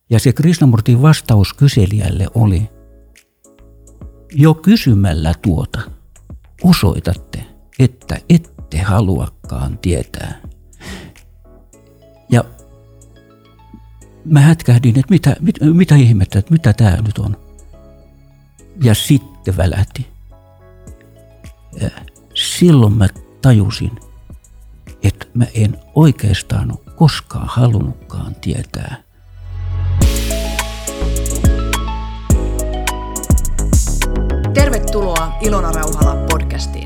Ja se Krishnamurtin vastaus kyselijälle oli, jo kysymällä tuota osoitatte, että ette haluakaan tietää. Ja mä hätkähdin, että mitä ihmettä, että mitä tämä nyt on. Ja sitten välähti. Silloin mä tajusin, että mä en oikeastaan ole koskaan halunnutkaan tietää. Tervetuloa Ilona Rauhala podcastiin.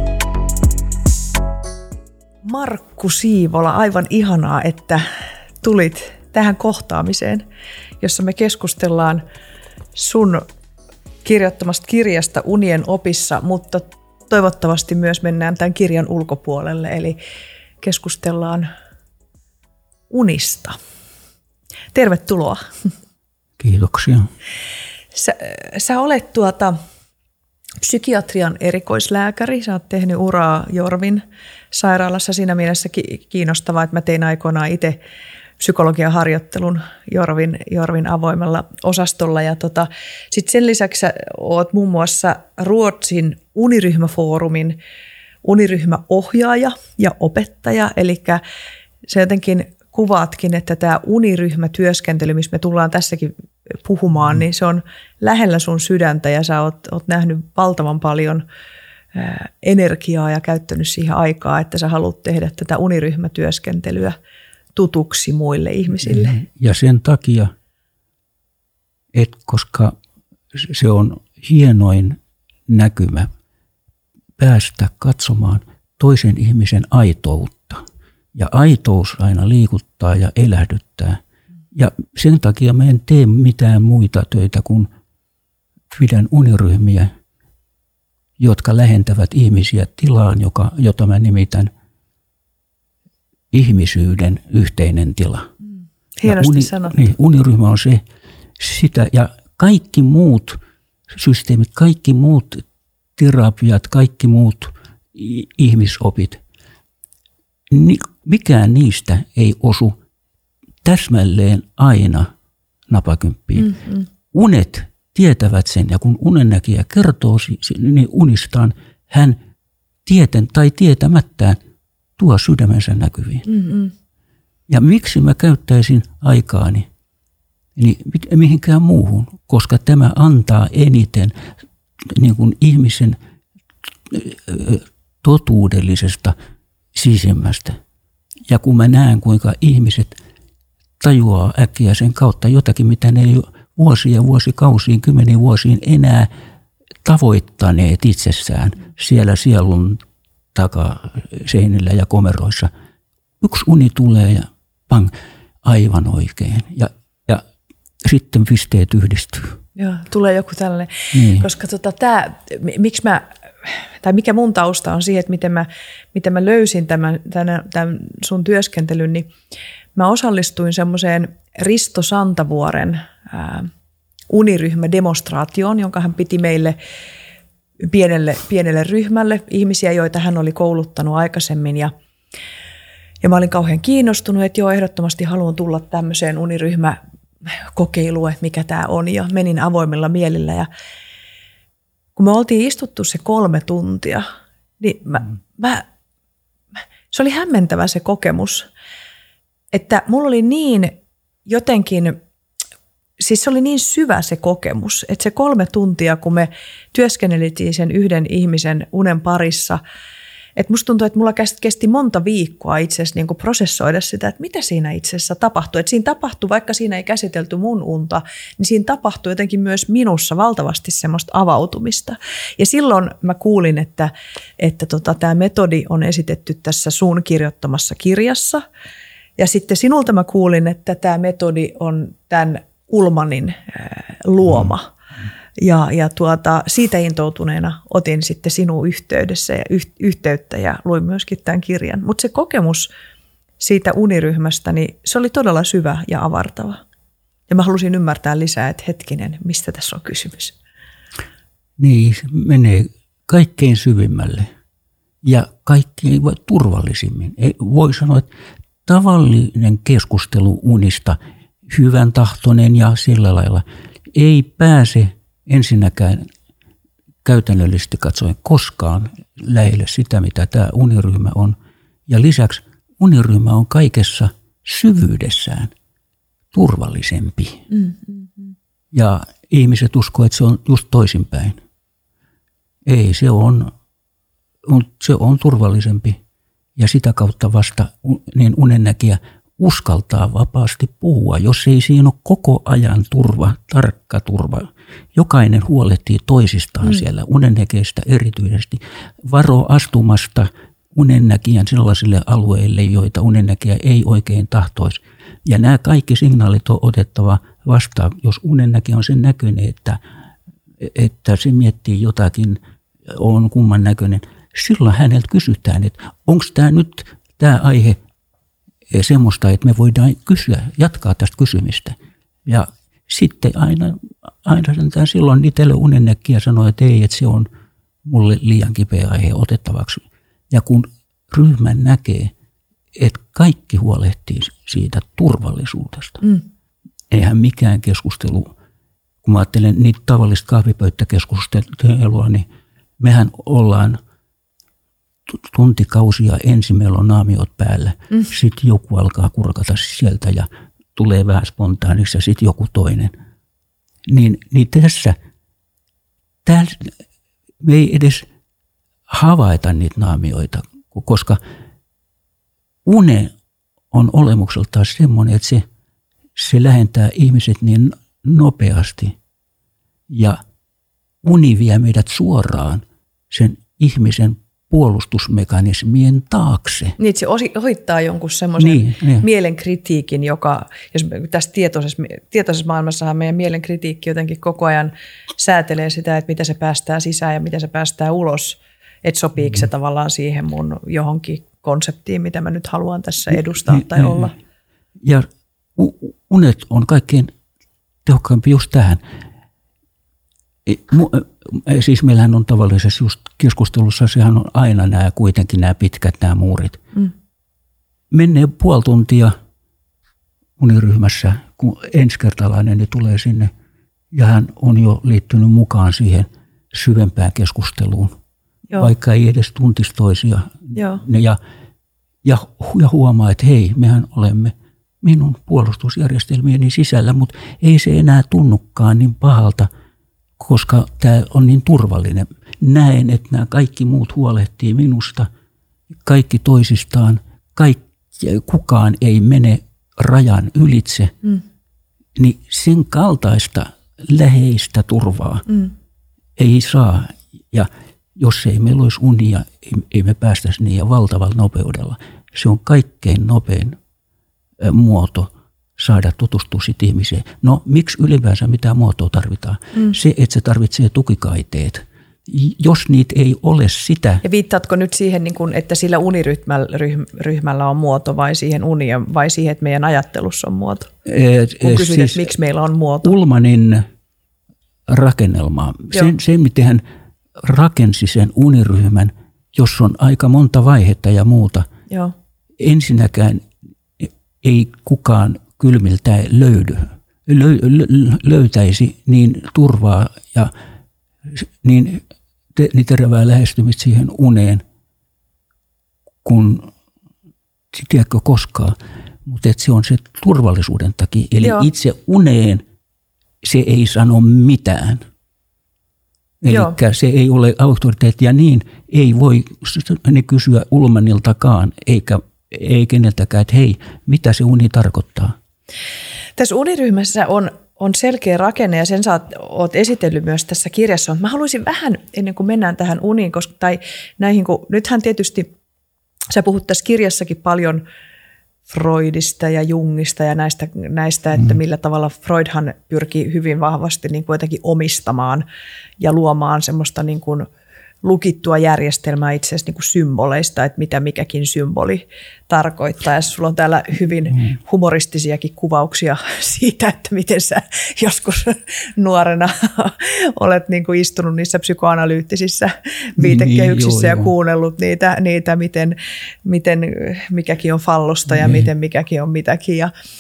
Markku Siivola, aivan ihanaa, että tulit tähän kohtaamiseen, jossa me keskustellaan sun kirjoittamasta kirjasta Unien opissa, mutta toivottavasti myös mennään tämän kirjan ulkopuolelle, eli keskustellaan unista. Tervetuloa. Kiitoksia. Sä olet psykiatrian erikoislääkäri. Sä oot tehnyt uraa Jorvin sairaalassa. Siinä mielessä kiinnostavaa, että mä tein aikoinaan itse psykologian harjoittelun Jorvin avoimella osastolla. Ja sit sen lisäksi sä oot muun muassa Ruotsin uniryhmäfoorumin uniryhmäohjaaja ja opettaja. Eli sä jotenkin kuvaatkin, että tämä uniryhmätyöskentely, missä me tullaan tässäkin puhumaan, niin se on lähellä sun sydäntä ja sä oot nähnyt valtavan paljon energiaa ja käyttänyt siihen aikaa, että sä haluat tehdä tätä uniryhmätyöskentelyä tutuksi muille ihmisille. Ja sen takia, että koska se on hienoin näkymä päästä katsomaan toisen ihmisen aitoutta. Ja aitous aina liikuttaa ja elähdyttää. Ja sen takia mä en tee mitään muita töitä kuin pidän uniryhmiä, jotka lähentävät ihmisiä tilaan, jota mä nimitän ihmisyyden yhteinen tila. Hienosti sanottu. Niin, uniryhmä on sitä ja kaikki muut systeemit, kaikki muut terapiat, kaikki muut ihmisopit, mikään niistä ei osu täsmälleen aina napakymppiin. Mm-hmm. Unet tietävät sen, ja kun unennäkijä kertoo niin unistaan, hän tieten tai tietämättään tuo sydämensä näkyviin. Mm-hmm. Ja miksi mä käyttäisin aikaani niin mihinkään muuhun, koska tämä antaa eniten niin kuin ihmisen totuudellisesta sisimmästä. Ja kun mä näen, kuinka ihmiset tajuaa äkkiä sen kautta jotakin, mitä ne ei ole vuosikausiin, kymmeniin vuosiin enää tavoittaneet itsessään siellä sielun takaseinillä ja komeroissa. Yksi uni tulee ja pang, aivan oikein. Ja sitten pisteet yhdistyy. Joo, tulee joku tällainen. Niin. Koska mikä mun tausta on siihen, että miten mä löysin tämän sun työskentelyn, niin mä osallistuin semmoiseen Risto Santavuoren uniryhmädemonstraatioon, jonka hän piti meille pienelle ryhmälle ihmisiä, joita hän oli kouluttanut aikaisemmin. Ja mä olin kauhean kiinnostunut, että joo, ehdottomasti haluan tulla tämmöiseen uniryhmäkokeiluun, että mikä tämä on. Ja menin avoimella mielillä ja kun me oltiin istuttu se 3 tuntia, niin se oli hämmentävä se kokemus, että mulla oli niin jotenkin, siis se oli niin syvä se kokemus, että se 3 tuntia, kun me työskenneltiin sen yhden ihmisen unen parissa, että musta tuntuu, että mulla kesti monta viikkoa itse asiassa niin kuin prosessoida sitä, että mitä siinä itse asiassa tapahtui. Että siinä tapahtui, vaikka siinä ei käsitelty mun unta, niin siinä tapahtui jotenkin myös minussa valtavasti semmoista avautumista. Ja silloin mä kuulin, että tämä metodi on esitetty tässä sun kirjoittamassa kirjassa. Ja sitten sinulta mä kuulin, että tämä metodi on tämän Ullmanin luoma. Ja siitä intoutuneena otin sitten sinun yhteyttä ja luin myöskin tämän kirjan. Mutta se kokemus siitä uniryhmästä, niin se oli todella syvä ja avartava. Ja mä halusin ymmärtää lisää, että hetkinen, mistä tässä on kysymys. Niin, menee kaikkein syvimmälle ja kaikkein turvallisimmin. Voi sanoa, että tavallinen keskustelu unista hyvän tahtoinen ja sillä lailla. Ei pääse ensinnäkään käytännöllisesti katsoen koskaan lähelle sitä, mitä tämä uniryhmä on. Ja lisäksi uniryhmä on kaikessa syvyydessään turvallisempi. Ja ihmiset uskoo, että se on just toisinpäin. Ei, se on turvallisempi. Ja sitä kautta vasta niin unennäkijä uskaltaa vapaasti puhua, jos ei siinä ole koko ajan turva, tarkka turva. Jokainen huolehtii toisistaan siellä, unennäkeistä erityisesti. Varo astumasta unennäkijän sellaisille alueille, joita unennäkijä ei oikein tahtoisi. Ja nämä kaikki signaalit on otettava vastaan, jos unennäkijä on sen näköinen, että se miettii jotakin, on kumman näköinen. Silloin häneltä kysytään, että onko tämä nyt tämä aihe semmoista, että me voidaan jatkaa tästä kysymistä. Ja sitten aina silloin itselle unennäkijä sanoo, että ei, että se on mulle liian kipeä aihe otettavaksi. Ja kun ryhmän näkee, että kaikki huolehtii siitä turvallisuudesta, eihän mikään keskustelu, kun mä ajattelen niitä tavallista kahvipöytäkeskustelua, niin mehän ollaan tuntikausia, ensin meillä on naamiot päällä, sitten joku alkaa kurkata sieltä ja tulee vähän spontaaniksi ja sitten joku toinen. Niin tässä me ei edes havaita niitä naamioita, koska une on olemukseltaan semmoinen, että se lähentää ihmiset niin nopeasti ja uni vie meidät suoraan sen ihmisen puolustusmekanismien taakse. Niin, se ohittaa jonkun semmoisen mielenkritiikin, joka, jos tässä tietoisessa maailmassahan meidän mielenkritiikki jotenkin koko ajan säätelee sitä, että mitä se päästää sisään ja mitä se päästää ulos, että sopiiko se tavallaan siihen mun johonkin konseptiin, mitä mä nyt haluan tässä edustaa tai olla. Ja unet on kaikkein tehokkaampi just tähän. Siis meillähän on tavallisesti just keskustelussa, sehän on aina kuitenkin nämä pitkät nämä muurit. Menee puoli tuntia uniryhmässä, kun ensikertalainen niin tulee sinne ja hän on jo liittynyt mukaan siihen syvempään keskusteluun, vaikka ei edes tuntisi toisia. Ja huomaa, että hei, mehän olemme minun puolustusjärjestelmieni sisällä, mutta ei se enää tunnukaan niin pahalta, koska tämä on niin turvallinen. Näen, että nämä kaikki muut huolehtii minusta, kaikki toisistaan, kukaan ei mene rajan ylitse, niin sen kaltaista läheistä turvaa ei saa. Ja jos ei meillä olisi unia, ei me päästäisi niin valtavalla nopeudella. Se on kaikkein nopein muoto saada tutustua sit ihmiseen. No miksi ylipäänsä mitään muotoa tarvitaan? Se, että se tarvitsee tukikaiteet. Jos niitä ei ole sitä. Ja viittaatko nyt siihen, että sillä uniryhmällä on muoto vai siihen unia vai siihen, että meidän ajattelussa on muoto? Kun kysyt, siis, että miksi meillä on muoto? Ullmannin rakennelma. Se, miten hän rakensi sen uniryhmän, jos on aika monta vaihetta ja muuta. Ensinnäkään ei kukaan kylmiltään löytäisi niin turvaa ja niin terävää lähestymistä siihen uneen kuin tiedätkö koskaan. Mutta se on se turvallisuuden takia. Eli itse uneen se ei sano mitään. Eli se ei ole auktoriteetti ja niin ei voi ne kysyä Ullmanniltakaan ei keneltäkään, että hei, mitä se uni tarkoittaa? Tässä uniryhmässä on selkeä rakenne ja sen sä oot esitellyt myös tässä kirjassa. Mä haluaisin vähän, ennen kuin mennään tähän uniin, tai näihin, kun nythän tietysti sä puhut tässä kirjassakin paljon Freudista ja Jungista ja näistä että millä tavalla Freudhan pyrki hyvin vahvasti niin kuin jotenkin omistamaan ja luomaan semmoista niin kuin lukittua järjestelmää itse asiassa niin kuin symboleista, että mitä mikäkin symboli tarkoittaa. Ja sulla on täällä hyvin humoristisiakin kuvauksia siitä, että miten sä joskus nuorena olet niin kuin istunut niissä psykoanalyyttisissä viitekehyksissä ja kuunnellut niitä miten mikäkin on fallosta ja miten mikäkin on mitäkin.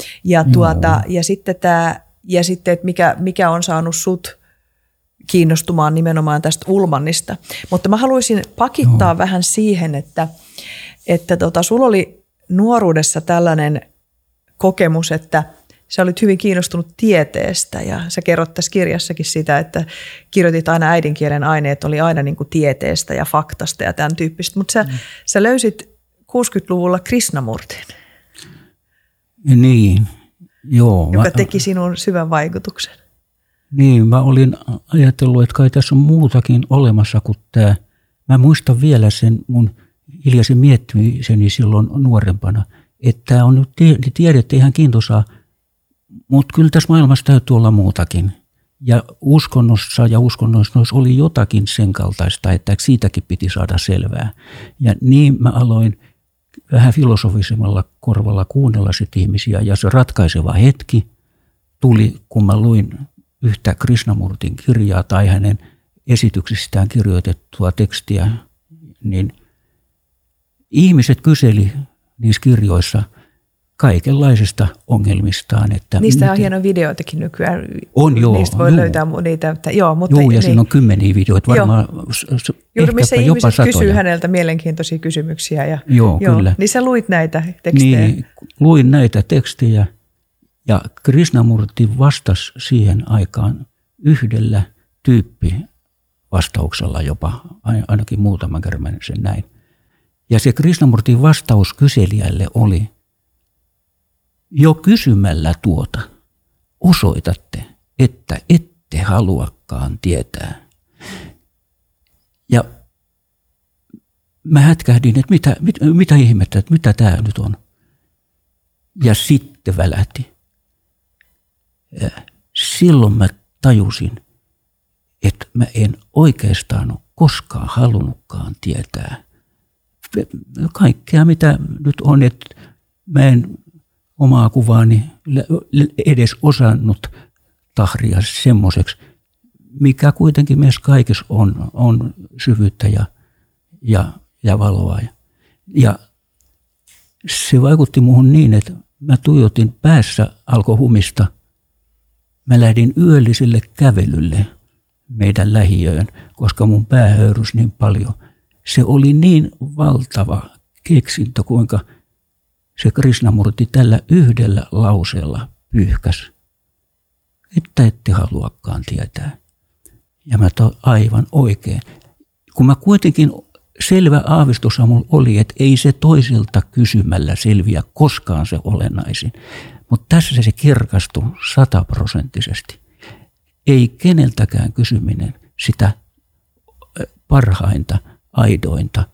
Ja sitten, että mikä on saanut sut kiinnostumaan nimenomaan tästä Ullmannista. Mutta mä haluaisin pakittaa vähän siihen, että sulla oli nuoruudessa tällainen kokemus, että sä olit hyvin kiinnostunut tieteestä ja sä kerrot tässä kirjassakin sitä, että kirjoitit aina äidinkielen aineet, oli aina niin kuin tieteestä ja faktasta ja tämän tyyppistä, mutta sä löysit 60-luvulla Krishnamurtin. Niin, joo. Joka teki sinun syvän vaikutuksen. Niin, mä olin ajatellut, että kai tässä on muutakin olemassa kuin tämä. Mä muistan vielä sen mun hiljaisen miettimiseni silloin nuorempana, että tämä on nyt tiedettä ihan kiintoisaa, mutta kyllä tässä maailmassa täytyy olla muutakin. Ja uskonnossa ja uskonnoissa oli jotakin sen kaltaista, että siitäkin piti saada selvää. Ja niin mä aloin vähän filosofisemmalla korvalla kuunnella sit ihmisiä, ja se ratkaiseva hetki tuli, kun mä luin yhtä Krishnamurtin kirjaa tai hänen esityksistään kirjoitettua tekstiä, niin ihmiset kyseli niissä kirjoissa kaikenlaisista ongelmistaan. Että niistä on hieno videoitakin nykyään. On, joo. Niistä voi löytää niitä. Mutta ja siinä on kymmeniä videoita, varmaan juuri missä jopa ihmiset satoja. Kysyy häneltä mielenkiintoisia kysymyksiä. Joo, kyllä. Niin sä luit näitä tekstejä. Niin, luin näitä tekstejä. Ja Krishnamurti vastasi siihen aikaan yhdellä tyyppivastauksella jopa, ainakin muutaman kerran sen näin. Ja se Krishnamurtin vastaus kyselijälle oli, jo kysymällä tuota osoitatte, että ette haluakaan tietää. Ja mä hätkähdin, että mitä ihmettä, että mitä tämä nyt on. Ja sitten välähti. Silloin mä tajusin, että mä en oikeastaan ole koskaan halunnutkaan tietää kaikkea, mitä nyt on, että mä en omaa kuvaani edes osannut tahria semmoiseksi, mikä kuitenkin meissä kaikessa on syvyyttä ja valoa. Ja se vaikutti muuhun niin, että mä tuijotin, päässä alkoi humista. Mä lähdin yölliselle kävelylle meidän lähiöön, koska mun pää höyrysi niin paljon. Se oli niin valtava keksintö, kuinka se Krishnamurti tällä yhdellä lauseella pyyhkäsi, että ette haluakaan tietää. Ja mä aivan oikein. Kun mä kuitenkin selvä aavistushan mulla oli, että ei se toisilta kysymällä selviä koskaan se olennaisin. Mutta tässä se kirkastui 100%. Ei keneltäkään kysyminen sitä parhainta, aidointa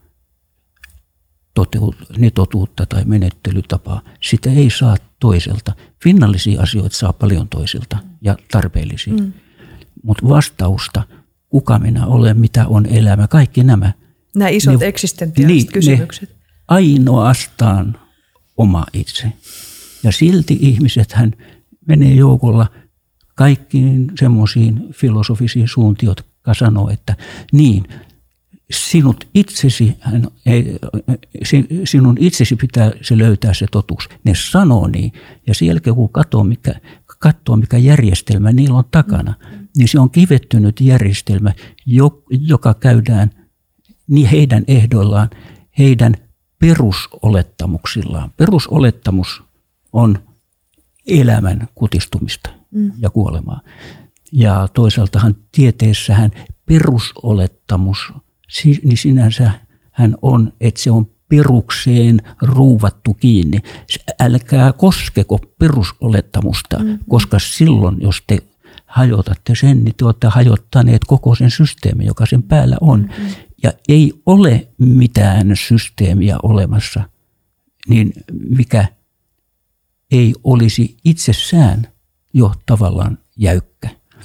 totuutta tai menettelytapaa. Sitä ei saa toiselta. Pinnallisia asioita saa paljon toisilta ja tarpeellisia. Mutta vastausta, kuka minä olen, mitä on elämä, kaikki nämä. Nämä isot eksistentiaaliset kysymykset. Ainoastaan oma itse. Ja silti ihmisethän menee joukolla kaikkiin semmoisiin filosofisiin suuntiin, jotka sanoo, että niin, sinun itsesi pitää se löytää se totuus. Ne sanoo niin, ja sen jälkeen kun katsoo mikä järjestelmä niillä on takana, niin se on kivettynyt järjestelmä, joka käydään niin heidän ehdoillaan, heidän perusolettamuksillaan. Perusolettamus on elämän kutistumista ja kuolemaa. Ja toisaaltahan tieteessähän perusolettamus, niin sinänsä hän on, että se on perukseen ruuvattu kiinni. Älkää koskeko perusolettamusta, koska silloin, jos te hajotatte sen, niin te olette hajottaneet koko sen systeemin, joka sen päällä on. Ja ei ole mitään systeemiä olemassa, niin mikä ei olisi itsessään jo tavallaan jäykkä.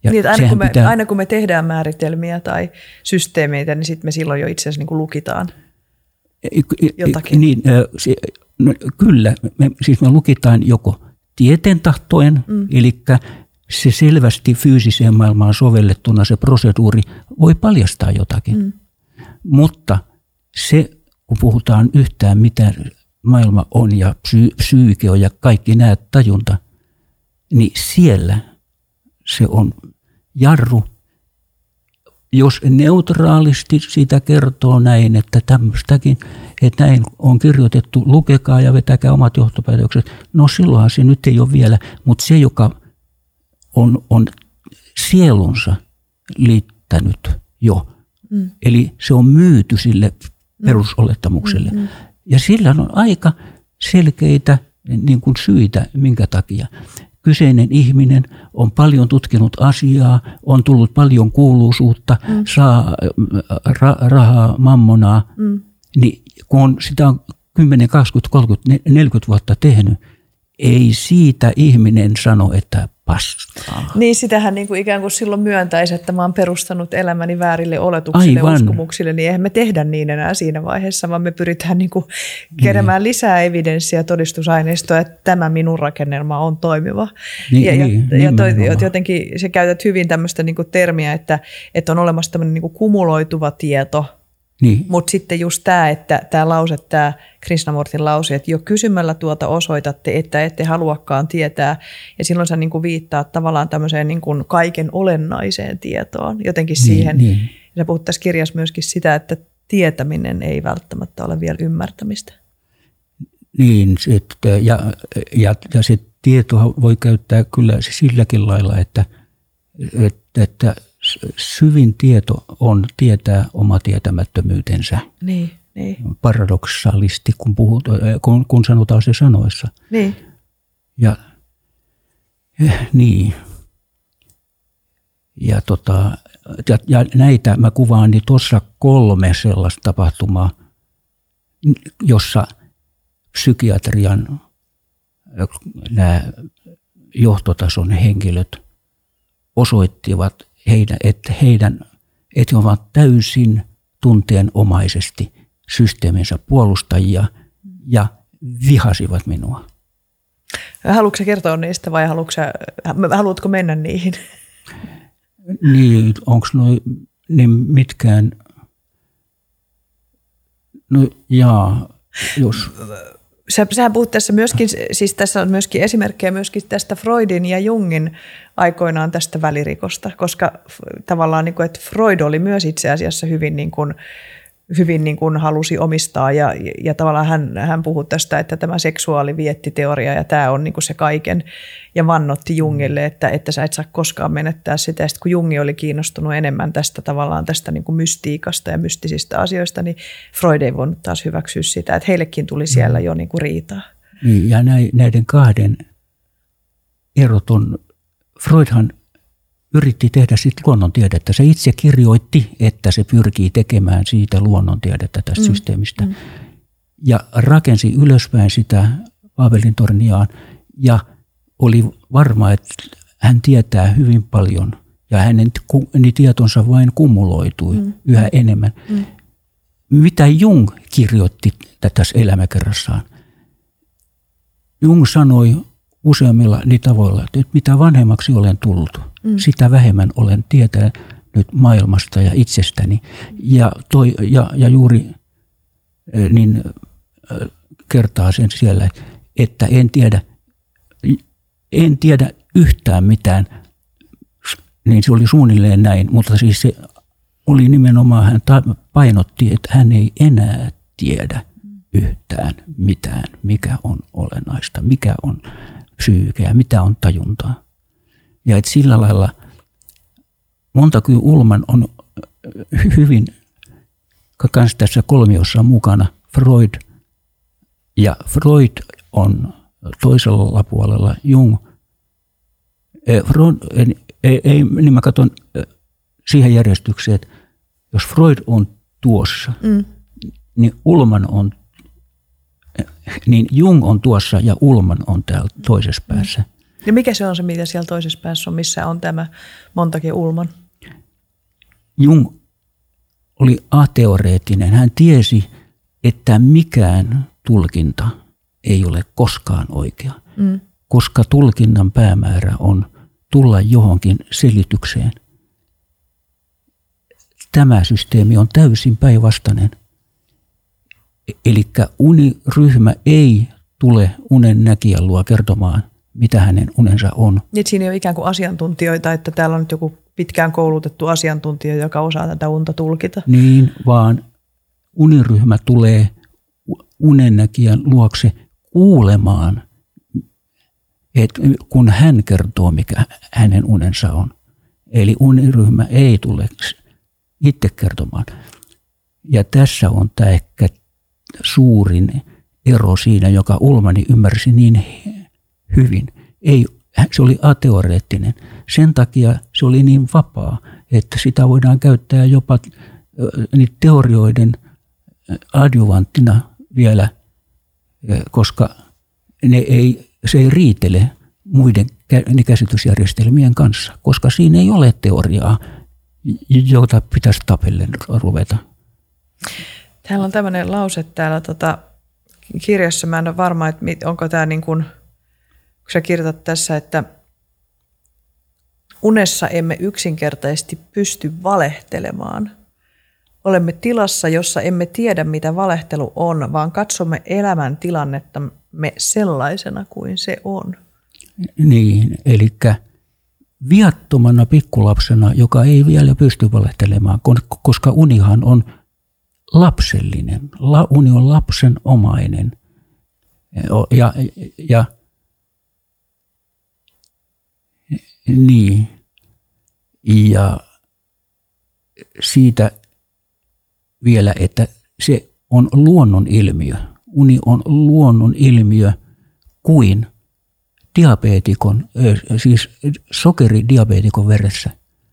Ja niin, aina kun me tehdään määritelmiä tai systeemeitä, niin sitten me silloin jo itse asiassa niin kuin lukitaan jotakin. Niin, kyllä, me lukitaan joko tieteen tahtoen, eli se selvästi fyysiseen maailmaan sovellettuna se proseduuri voi paljastaa jotakin. Mutta se, kun puhutaan yhtään mitä maailma on ja psyyke on ja kaikki nämä tajunta, niin siellä se on jarru. Jos neutraalisti sitä kertoo näin, että tämmöistäkin, että näin on kirjoitettu, lukekaa ja vetäkää omat johtopäätökset, no silloinhan se nyt ei ole vielä, mutta se, joka on sielunsa liittänyt jo, eli se on myyty sille perusolettamukselle. Ja sillä on aika selkeitä niin kuin syitä, minkä takia. Kyseinen ihminen on paljon tutkinut asiaa, on tullut paljon kuuluisuutta, saa rahaa, mammonaa. Niin kun sitä on 10, 20, 30, 40 vuotta tehnyt, ei siitä ihminen sano, että pastaa. Niin sitähän niin kuin ikään kuin silloin myöntäisi, että mä oon perustanut elämäni väärille oletuksille ja uskomuksille, niin eihän me tehdä niin enää siinä vaiheessa, vaan me pyritään niin kuin keräämään lisää evidenssiä ja todistusaineistoa, että tämä minun rakennelma on toimiva. Jotenkin sä käytät hyvin tämmöistä niin kuin termiä, että on olemassa tämmöinen niin kuin kumuloituva tieto. Niin. Mutta sitten just tämä lause, tämä Krishnamurtin lause, että jo kysymällä tuota osoitatte, että ette haluakaan tietää. Ja silloin sä niin kuin viittaat tavallaan tämmöiseen niin kuin kaiken olennaiseen tietoon. Jotenkin siihen. Niin. Ja sä puhut tässä kirjassa myöskin sitä, että tietäminen ei välttämättä ole vielä ymmärtämistä. Niin, ja se tietoa voi käyttää kyllä silläkin lailla, että syvin tieto on tietää oma tietämättömyytensä. Niin. Paradoksaalisesti, kun sanotaan se sanoissa. Niin. Ja niin. Ja näitä mä kuvaan niin tuossa 3 sellaista tapahtumaa, jossa psykiatrian nämä johtotason henkilöt osoittivat että he ovat täysin tunteenomaisesti systeeminsä puolustajia ja vihasivat minua. Haluatko kertoa niistä vai haluatko mennä niihin? Niin, onko ne mitkään? No jaa, jos... Sähän puhut tässä myöskin, siis tässä on myöskin esimerkkejä myöskin tästä Freudin ja Jungin aikoinaan tästä välirikosta, koska tavallaan niin kuin, että Freud oli myös itse asiassa hyvin niin kuin halusi omistaa ja tavallaan hän puhui tästä, että tämä seksuaaliviettiteoria ja tämä on niin kuin se kaiken ja vannotti Jungille, että sä et saa koskaan menettää sitä. Ja sitten kun Jungi oli kiinnostunut enemmän tästä tavallaan tästä niin kuin mystiikasta ja mystisistä asioista, niin Freud ei voinut taas hyväksyä sitä, että heillekin tuli siellä jo niin kuin riitaa. Niin, ja näiden kahden erot on, Freudhan yritti tehdä sitten luonnontiedettä. Se itse kirjoitti, että se pyrkii tekemään siitä luonnontiedettä tästä systeemistä. Ja rakensi ylöspäin sitä Babelin torniaan ja oli varma, että hän tietää hyvin paljon ja hänen tietonsa vain kumuloitui yhä enemmän. Mitä Jung kirjoitti tässä elämäkerrassaan? Jung sanoi useammilla tavoilla, että mitä vanhemmaksi olen tullut, sitä vähemmän olen tietänyt maailmasta ja itsestäni. Ja juuri niin kertaa sen siellä, että en tiedä yhtään mitään, niin se oli suunnilleen näin, mutta siis se oli nimenomaan, hän painotti, että hän ei enää tiedä yhtään mitään, mikä on olennaista, mikä on psyyke ja mitä on tajuntaa. Ja että sillä lailla Montagu Ullman on hyvin kans tässä kolmiossa mukana, Freud, ja Freud on toisella puolella Jung. Niin mä katson siihen järjestykseen, että jos Freud on tuossa, niin niin Jung on tuossa ja Ullman on täällä toisessa päässä. Ja mikä se on se, mitä siellä toisessa päässä on, missä on tämä Montague Ullman? Jung oli ateoreettinen. Hän tiesi, että mikään tulkinta ei ole koskaan oikea, koska tulkinnan päämäärä on tulla johonkin selitykseen. Tämä systeemi on täysin päinvastainen. Eli uniryhmä ei tule unen näkijän luo kertomaan, mitä hänen unensa on. Niin, siinä ei ole ikään kuin asiantuntijoita, että täällä on nyt joku pitkään koulutettu asiantuntija, joka osaa tätä unta tulkita. Niin, vaan uniryhmä tulee unennäkijän luokse kuulemaan, että kun hän kertoo, mikä hänen unensa on. Eli uniryhmä ei tule itse kertomaan. Ja tässä on tämä ehkä suurin ero siinä, joka Ullmann ymmärsi niin hyvin. Se oli ateoreettinen. Sen takia se oli niin vapaa, että sitä voidaan käyttää jopa niitä teorioiden adjuvanttina vielä, koska se ei riitele muiden käsitysjärjestelmien kanssa, koska siinä ei ole teoriaa, jota pitäisi tapellen ruveta. Täällä on tämmöinen lause täällä kirjassa. Mä en ole varma, että onko tämä niin kuin, kun sä kirjoitat tässä, että unessa emme yksinkertaisesti pysty valehtelemaan. Olemme tilassa, jossa emme tiedä, mitä valehtelu on, vaan katsomme elämän tilannettamme sellaisena kuin se on. Niin, eli viattomana pikkulapsena, joka ei vielä pysty valehtelemaan, koska unihan on lapsellinen. Uni on lapsenomainen. Ja niin. Ja siitä vielä, että se on luonnon ilmiö. Uni on luonnon ilmiö kuin diabeetikon, siis sokeridiabeetikon veressä.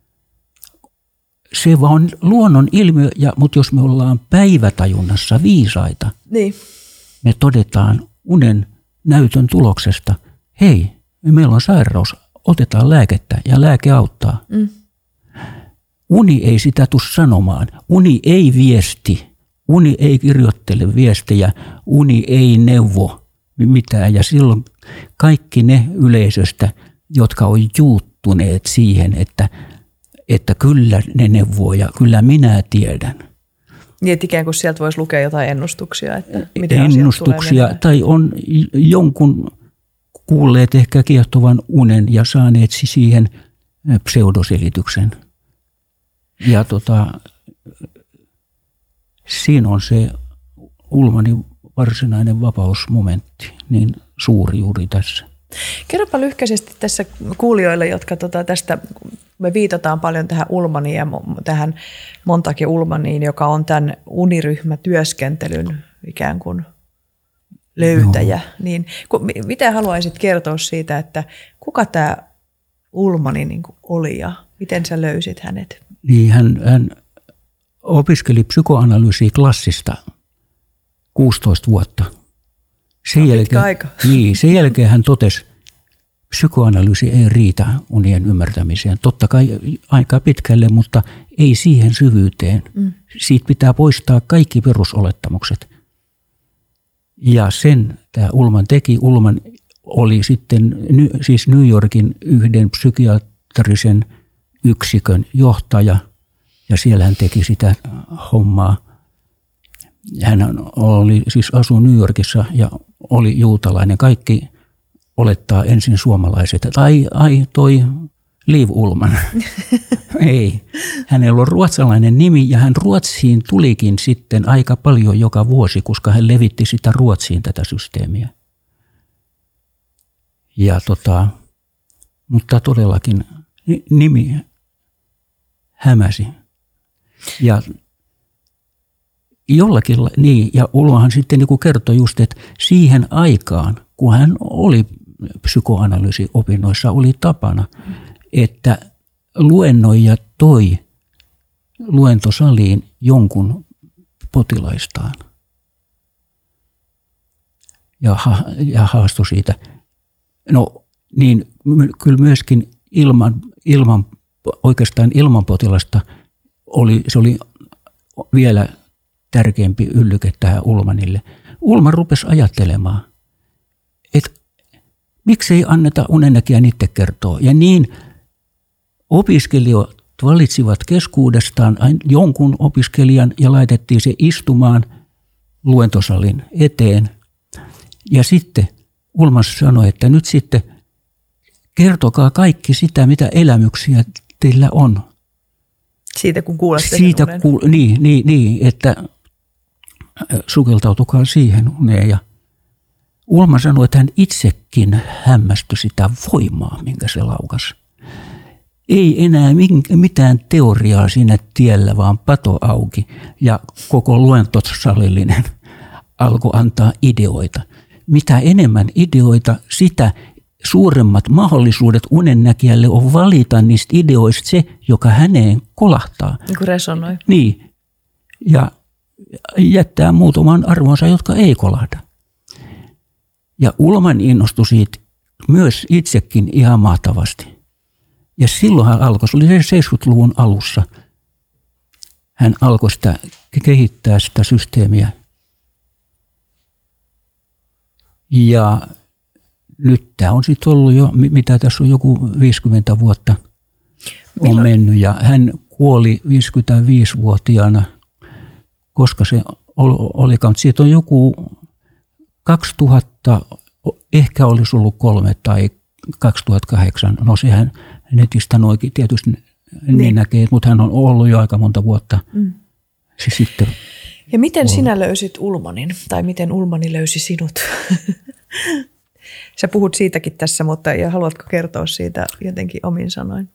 Se vaan on luonnon ilmiö, mutta jos me ollaan päivätajunnassa viisaita, niin me todetaan unen näytön tuloksesta, hei, meillä on sairaus, otetaan lääkettä ja lääke auttaa. Uni ei sitä tule sanomaan. Uni ei viesti. Uni ei kirjoittele viestejä. Uni ei neuvo mitään. Ja silloin kaikki ne yleisöstä, jotka on juuttuneet siihen, että kyllä ne neuvoo ja kyllä minä tiedän. Niin, että ikään kuin sieltä voisi lukea jotain ennustuksia, että miten ennustuksia tai on jonkun kuulleet ehkä kiehtovan unen ja saaneet siihen pseudoselityksen. Ja siinä on se Ullmannin varsinainen vapausmomentti, niin suuri juuri tässä. Kerropa lyhkäisesti tässä kuulijoille, jotka tästä, me viitataan paljon tähän Ullmanniin ja tähän Montague Ullmanniin, joka on tämän uniryhmätyöskentelyn ikään kuin löytäjä. Niin, mitä haluaisit kertoa siitä, että kuka tämä Ullmanni niin kuin oli ja miten sä löysit hänet? Niin, hän opiskeli psykoanalyysiä klassista 16 vuotta. Sen jälkeen hän totesi, että psykoanalyysi ei riitä unien ymmärtämiseen. Totta kai aika pitkälle, mutta ei siihen syvyyteen. Siitä pitää poistaa kaikki perusolettamukset. Ja sen tämä Ullmann teki. Ullmann oli sitten siis New Yorkin yhden psykiatrisen yksikön johtaja ja siellä hän teki sitä hommaa. Hän asui New Yorkissa ja oli juutalainen. Kaikki olettaa ensin suomalaiset, että toi Liv Ullmann. Ei. Hänellä on ruotsalainen nimi ja hän Ruotsiin tulikin sitten aika paljon joka vuosi, koska hän levitti sitä Ruotsiin tätä systeemiä. Ja mutta todellakin nimi hämäsi. Ja jollakin, niin, ja Ullmann sitten niin kuin kertoi just, että siihen aikaan, kun hän oli psykoanalyysiopinnoissa, oli tapana, että luennoija toi luentosaliin jonkun potilaistaan ja haastoi siitä. No niin, kyllä myöskin oikeastaan ilman potilasta se oli vielä tärkeämpi yllyke tähän Ullmanille. Ullman rupesi ajattelemaan, että miksei anneta unennäkijän itse kertoa. Ja niin opiskelijat valitsivat keskuudestaan jonkun opiskelijan ja laitettiin se istumaan luentosalin eteen. Ja sitten Ullman sanoi, että nyt sitten kertokaa kaikki sitä, mitä elämyksiä teillä on. Siitä kun kuulette sen unen. Niin, että sukeltautukaa siihen uneen. Ja Ullman sanoi, että hän itsekin hämmästyi sitä voimaa, minkä se laukasi. Ei enää mitään teoriaa siinä tiellä, vaan pato auki ja koko luentosalillinen alkoi antaa ideoita. Mitä enemmän ideoita, sitä suuremmat mahdollisuudet unennäkijälle on valita niistä ideoista se, joka häneen kolahtaa. Niin kuin resonoi. Niin, ja jättää muutaman arvonsa, jotka ei kolahda. Ja Ullman innostui siitä myös itsekin ihan mahtavasti. Ja silloin hän alkoi, se oli 70-luvun alussa, hän alkoi kehittää sitä systeemiä. Ja nyt tämä on sitten ollut jo, mitä tässä on joku 50 vuotta on mennyt. Ja hän kuoli 55-vuotiaana, koska se olikaan. Siitä on joku 2000, ehkä olisi ollut 3 tai 2008. No sehän netistä noikin tietysti niin näkee, mutta hän on ollut jo aika monta vuotta. Se sitten ja miten sinä löysit Ullmanin, tai miten Ullmani löysi sinut? Sä puhut siitäkin tässä, mutta ja haluatko kertoa siitä jotenkin omin sanoin?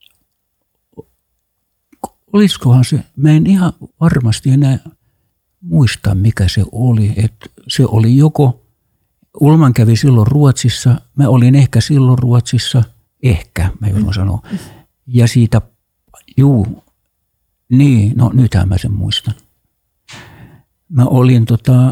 Olisikohan se, mä en ihan varmasti enää muista mikä se oli. Että se oli joko, Ullman kävi silloin Ruotsissa, mä olin ehkä silloin Ruotsissa, mä joudun sanoa. Ja siitä, no nythän mä sen muistan. Mä olin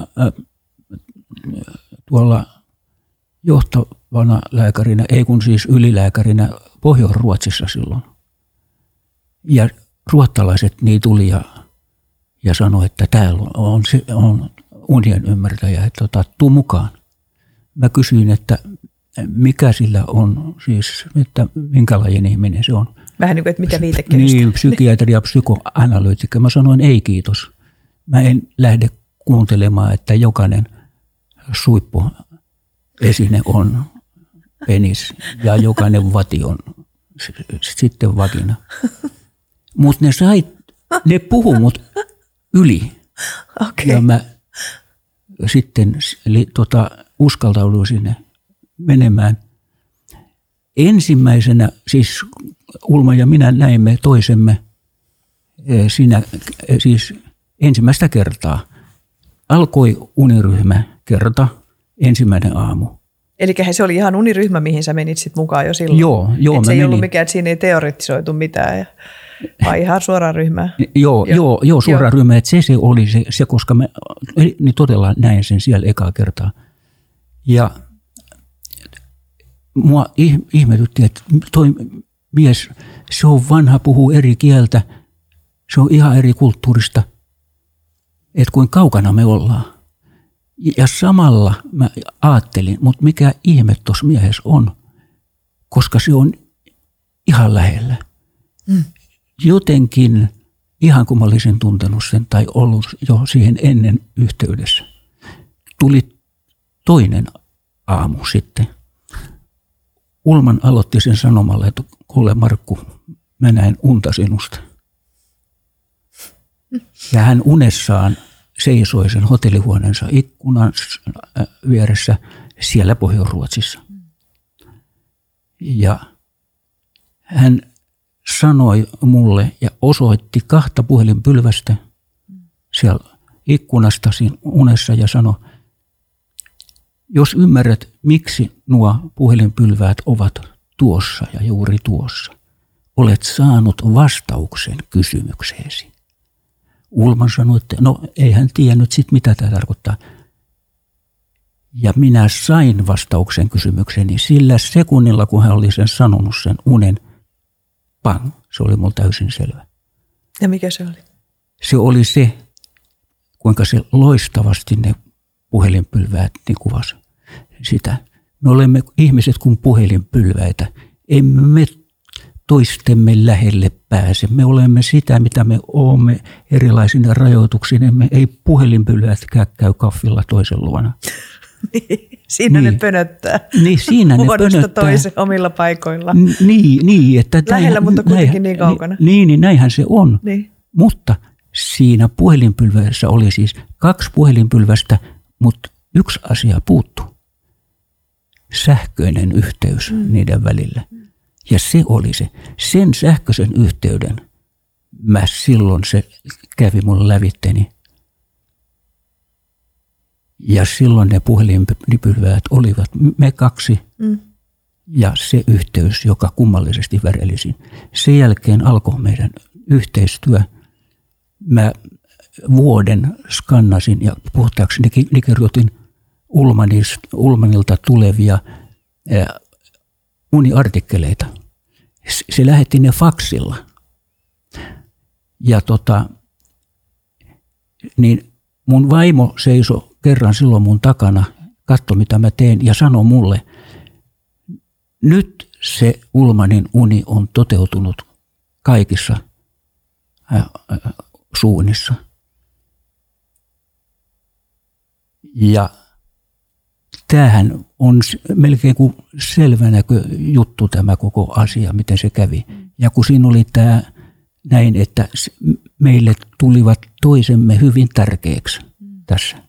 tuolla johtavana lääkärinä, ei kun siis ylilääkärinä Pohjois-Ruotsissa silloin. Ja ruottalaiset niin tuli ja sanoi, että täällä on unien ymmärtäjä, että tuu mukaan. Mä kysyin, että mikä sillä on, siis että minkä lajin ihminen se on. Vähän niin kuin, että mitä viitekehystä. Niin, psykiatri ja psykoanalyytikko. Mä sanoin ei kiitos. Mä en lähde kuuntelemaan, että jokainen suippuesine on penis ja jokainen vati on sitten vagina. Mutta ne puhu mut yli. Okay. Ja mä sitten uskaltauduin sinne menemään. Ensimmäisenä, siis Ullman ja minä näimme toisemme siinä, siis ensimmäistä kertaa. Alkoi uniryhmä kerta ensimmäinen aamu. Eli se oli ihan uniryhmä, mihin sä menit sit mukaan jo silloin? Joo. Se ei ollut mikään, että siinä ei teoretisoitu mitään, vaan ihan suoraan ryhmään? Joo, suoraan ryhmään. Että se oli se, koska mä niin todella näin sen siellä ekaa kertaa. Ja mua ihmetytti, että toi mies, se on vanha, puhuu eri kieltä, se on ihan eri kulttuurista, että kuin kaukana me ollaan. Ja samalla mä ajattelin, mutta mikä ihme tuossa miehessä on, koska se on ihan lähellä. Jotenkin, ihan kun mä olisin tuntenut sen tai ollut jo siihen ennen yhteydessä, tuli toinen aamu sitten. Ullman aloitti sen sanomalla, että kuule Markku, mä näen unta sinusta. Ja hän unessaan seisoi sen hotellihuoneensa ikkunan vieressä siellä Pohjois-Ruotsissa. Ja hän sanoi mulle ja osoitti 2 puhelinpylvästä siellä ikkunasta siinä unessa ja sanoi, jos ymmärrät, miksi nuo puhelinpylväät ovat tuossa ja juuri tuossa, olet saanut vastauksen kysymykseesi. Ullman sanoi, että no ei hän tiennyt sit mitä tämä tarkoittaa. Ja minä sain vastauksen kysymykseni sillä sekunnilla, kun hän oli sen sanonut sen unen. Pang, se oli mulle täysin selvä. Ja mikä se oli? Se oli se, kuinka se loistavasti ne puhelinpylväät niin kuvasi sitä. Me olemme ihmiset kuin puhelinpylväitä. Emme me toistemme lähelle pääse. Me olemme sitä, mitä me olemme erilaisina rajoituksinemme. Ei puhelinpylvätkään käy kaffilla toisen luona. Siinä ne pönöttää. Niin, siinä ne pönöttää. Toisen omilla paikoilla. Niin, että lähellä, mutta kuitenkin niin kaukana. Niin, näinhän se on. Niin. Mutta siinä puhelinpylvässä oli siis 2 puhelinpylvästä, mutta yksi asia puuttuu. Sähköinen yhteys niiden välillä. Ja se oli se. Sen sähköisen yhteyden silloin se kävi mun lävitteni. Ja silloin ne puhelinpylväät olivat me 2 ja se yhteys, joka kummallisesti värelisin. Sen jälkeen alkoi meidän yhteistyö. Mä vuoden skannasin ja puhtaakseni kirjoitin Ullmanilta tulevia uniartikkeleita. Se lähetti ne faksilla. Ja niin mun vaimo seisoi kerran silloin mun takana, katsoi mitä mä teen ja sanoi mulle, nyt se Ullmanin uni on toteutunut kaikissa suunnissa. Ja tämähän on melkein kuin selvänäkö juttu tämä koko asia, miten se kävi. Ja kun siinä oli tämä näin, että meille tulivat toisemme hyvin tärkeäksi tässä.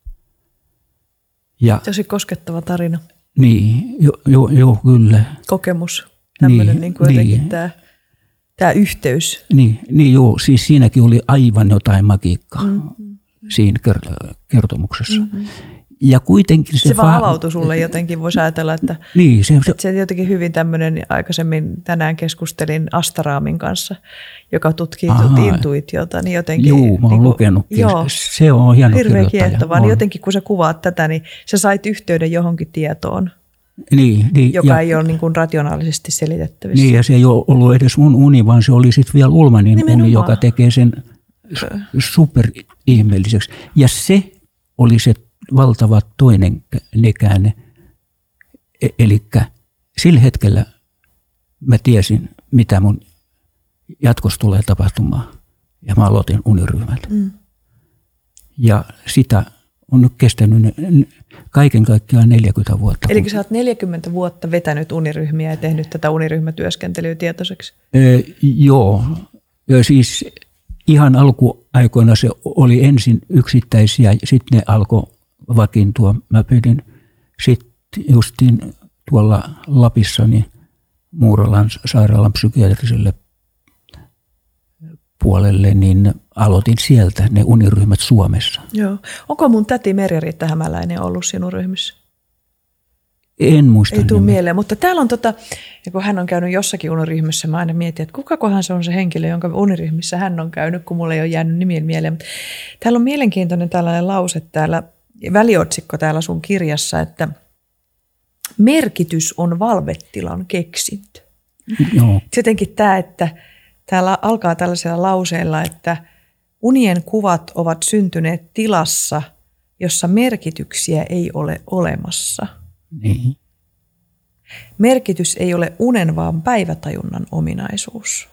Ja, tosi koskettava tarina. Niin, joo, kyllä. Kokemus, tämmöinen niin kuin jotenkin tämä yhteys. Niin, joo, siis siinäkin oli aivan jotain magiikkaa siinä kertomuksessa. Ja kuitenkin se vaan avautui sulle jotenkin, voisi ajatella, että, niin, että se jotenkin hyvin tämmöinen, aikaisemmin tänään keskustelin Astaraamin kanssa, joka tutkii intuitiota, niin jotenkin. Joo, mä oon lukenutkin. Joo, se on hieno hirveän kiehtovaa, niin jotenkin kun sä kuvaat tätä, niin sä sait yhteyden johonkin tietoon, joka ei ole niin kuin rationaalisesti selitettävissä. Niin, ja se ei ole ollut edes mun uni, vaan se oli sitten vielä Ullmanin uni, joka tekee sen superihmeelliseksi. Ja se oli se valtava toinen käänne. Eli sillä hetkellä mä tiesin, mitä mun jatkossa tulee tapahtumaan. Ja mä aloitin uniryhmät. Ja sitä on nyt kestänyt kaiken kaikkiaan 40 vuotta. Eli sä oot 40 vuotta vetänyt uniryhmiä ja tehnyt tätä uniryhmätyöskentelyä tietoiseksi? Joo. Ja siis ihan alkuaikoina se oli ensin yksittäisiä, sitten ne alkoi vakiintua. Mä pidin sitten justiin tuolla Lapissa niin Muuralan sairaalan psykiatriselle puolelle, niin aloitin sieltä ne uniryhmät Suomessa. Joo. Onko mun täti Merja-Riitta Hämäläinen ollut sinun ryhmissä? En muista. Ei tule mieleen, mutta täällä on ja kun hän on käynyt jossakin uniryhmässä, mä aina mietin, että kukakohan se on se henkilö, jonka uniryhmissä hän on käynyt, kun mulle ei ole jäänyt nimien mieleen. Mutta täällä on mielenkiintoinen tällainen lause täällä, väliotsikko täällä sun kirjassa, että merkitys on valvetilan keksintö. Joo. Jotenkin tämä, että täällä alkaa tällaisella lauseella, että unien kuvat ovat syntyneet tilassa, jossa merkityksiä ei ole olemassa. Niin. Merkitys ei ole unen, vaan päivätajunnan ominaisuus.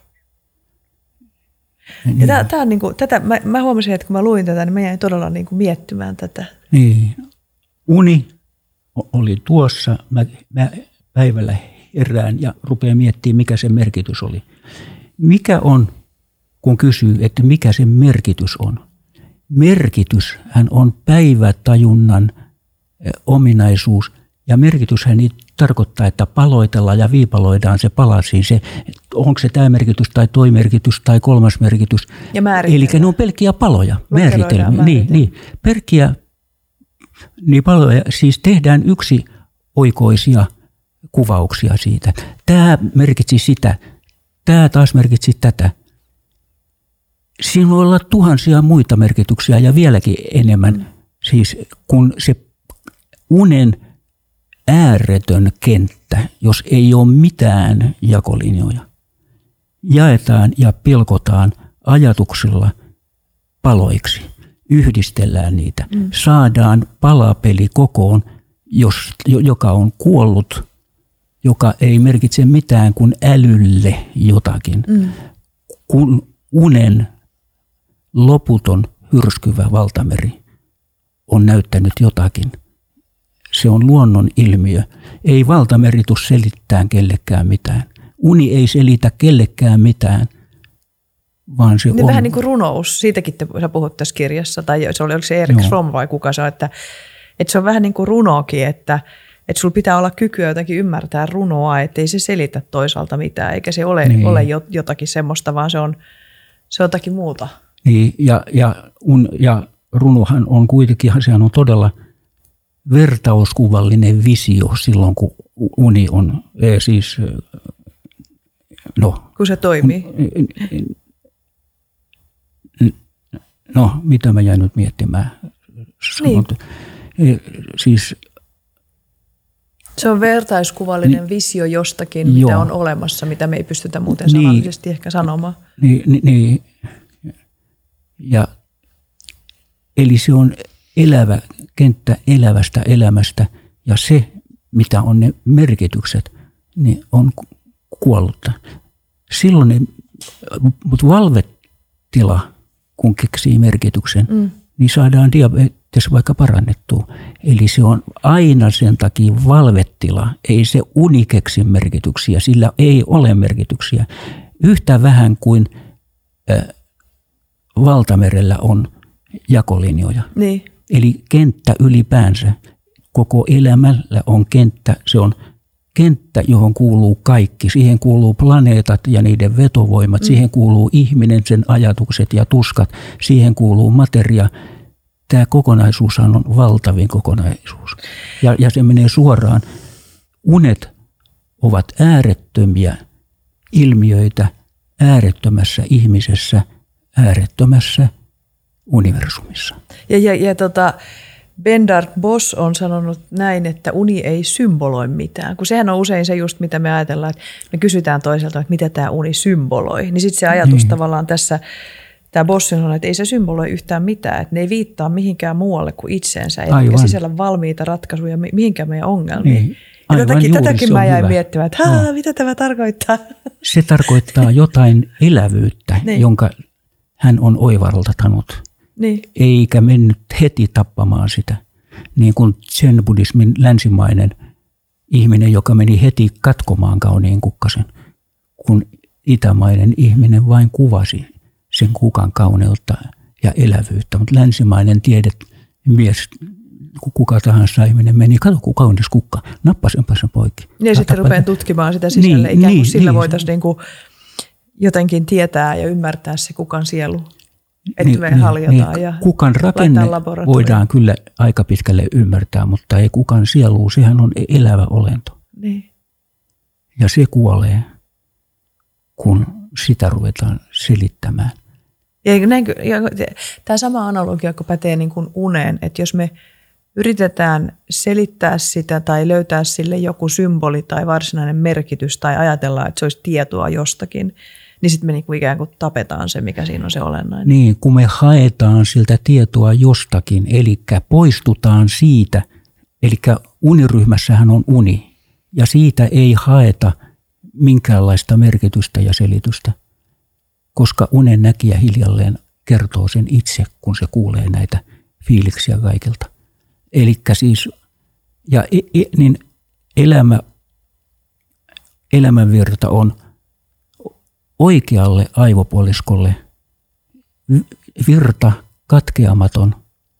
Niin. Ja tää on niinku, mä huomasin, että kun mä luin tätä, niin mä jäin todella niinku miettimään tätä. Niin. Uni oli tuossa, mä päivällä herään ja rupean miettimään, mikä se merkitys oli. Mikä on, kun kysyy, että mikä se merkitys on? Merkityshän on päivätajunnan ominaisuus. Ja merkityshän niin tarkoittaa, että paloitellaan ja viipaloidaan se palasiin. Onko se tämä merkitys tai toi merkitys tai kolmas merkitys. Eli ne on pelkkiä paloja, määritelmiä. Niin, pelkkiä niin paloja. Siis tehdään yksioikoisia kuvauksia siitä. Tämä merkitsi sitä, tämä taas merkitsi tätä. Siinä voi olla tuhansia muita merkityksiä ja vieläkin enemmän, siis kun se unen ääretön kenttä, jos ei ole mitään jakolinjoja. Jaetaan ja pilkotaan ajatuksilla paloiksi. Yhdistellään niitä. Saadaan palapeli kokoon, joka on kuollut, joka ei merkitse mitään kuin älylle jotakin. Kun unen loputon hyrskyvä valtameri on näyttänyt jotakin. Se on luonnon ilmiö. Ei valtameri tule selittämään kellekään mitään. Uni ei selitä kellekään mitään, vaan se on. Vähän niin kuin runous. Siitäkin sä puhut tässä kirjassa, tai oliko se Erik Fromm vai kuka se on, että se on vähän niin kuin runoakin, että sulla pitää olla kykyä jotenkin ymmärtää runoa, ettei se selitä toisaalta mitään, eikä se ole jotakin semmoista, vaan se on jotakin muuta. Niin, ja runohan on kuitenkin, sehän on todella vertauskuvallinen visio silloin, kun uni on siis, kun se toimii. Mitä mä jäin nyt miettimään? Niin. Siis, se on vertauskuvallinen visio jostakin, mitä on olemassa, mitä me ei pystytä muuten sanallisesti ehkä sanomaan. Niin. Eli se on elävä kenttä elävästä elämästä, ja se, mitä on ne merkitykset, niin on kuollutta. Silloin mutta valvetila, kun keksii merkityksen, niin saadaan diabetes vaikka parannettua. Eli se on aina sen takia valvetila. Ei se uni keksi merkityksiä, sillä ei ole merkityksiä. Yhtä vähän kuin valtamerellä on jakolinjoja. Niin. Eli kenttä ylipäänsä, koko elämällä on kenttä, se on kenttä, johon kuuluu kaikki. Siihen kuuluu planeetat ja niiden vetovoimat, siihen kuuluu ihminen, sen ajatukset ja tuskat, siihen kuuluu materia. Tämä kokonaisuushan on valtavin kokonaisuus. Ja se menee suoraan. Unet ovat äärettömiä ilmiöitä äärettömässä ihmisessä, äärettömässä universumissa. Ja Bernard Boss on sanonut näin, että uni ei symboloi mitään. Kun sehän on usein se just, mitä me ajatellaan, että me kysytään toiselta, että mitä tämä uni symboloi. Niin sitten se ajatus tavallaan tässä, tämä Boss sanoo, että ei se symboloi yhtään mitään. Että ne ei viittaa mihinkään muualle kuin itseensä. Eikä sisällä valmiita ratkaisuja mihinkään meidän ongelmiin. Niin. Ja tätäkin mä jäin miettimään, että mitä tämä tarkoittaa. Se tarkoittaa jotain elävyyttä, jonka hän on oivaltanut. Niin. Eikä mennyt heti tappamaan sitä. Niin kuin zen-buddhismin länsimainen ihminen, joka meni heti katkomaan kauniin kukkasen, kun itämainen ihminen vain kuvasi sen kukan kauneutta ja elävyyttä. Mutta länsimainen tiedemies, kuka tahansa ihminen meni, kato kun kaunis kukka, nappasenpa sen poikki. Ja sitten rupean tutkimaan sitä sisälle, ikään kuin sillä voitaisiin niinku jotenkin tietää ja ymmärtää se kukan sielu. Että me haljataan ja kukan rakenne voidaan kyllä aika pitkälle ymmärtää, mutta ei kukan sielu, sehän on elävä olento. Niin. Ja se kuolee, kun sitä ruvetaan selittämään. Tämä sama analogia, kun pätee niin kuin uneen, että jos me yritetään selittää sitä tai löytää sille joku symboli tai varsinainen merkitys tai ajatellaan, että se olisi tietoa jostakin, niin sitten me niinku ikään kuin tapetaan se, mikä siinä on se olennainen. Niin, kun me haetaan siltä tietoa jostakin, eli poistutaan siitä, eli uniryhmässähän on uni, ja siitä ei haeta minkäänlaista merkitystä ja selitystä, koska unen näkijä hiljalleen kertoo sen itse, kun se kuulee näitä fiiliksiä kaikilta. Eli siis, niin elämänvirta on oikealle aivopuoliskolle virta katkeamaton,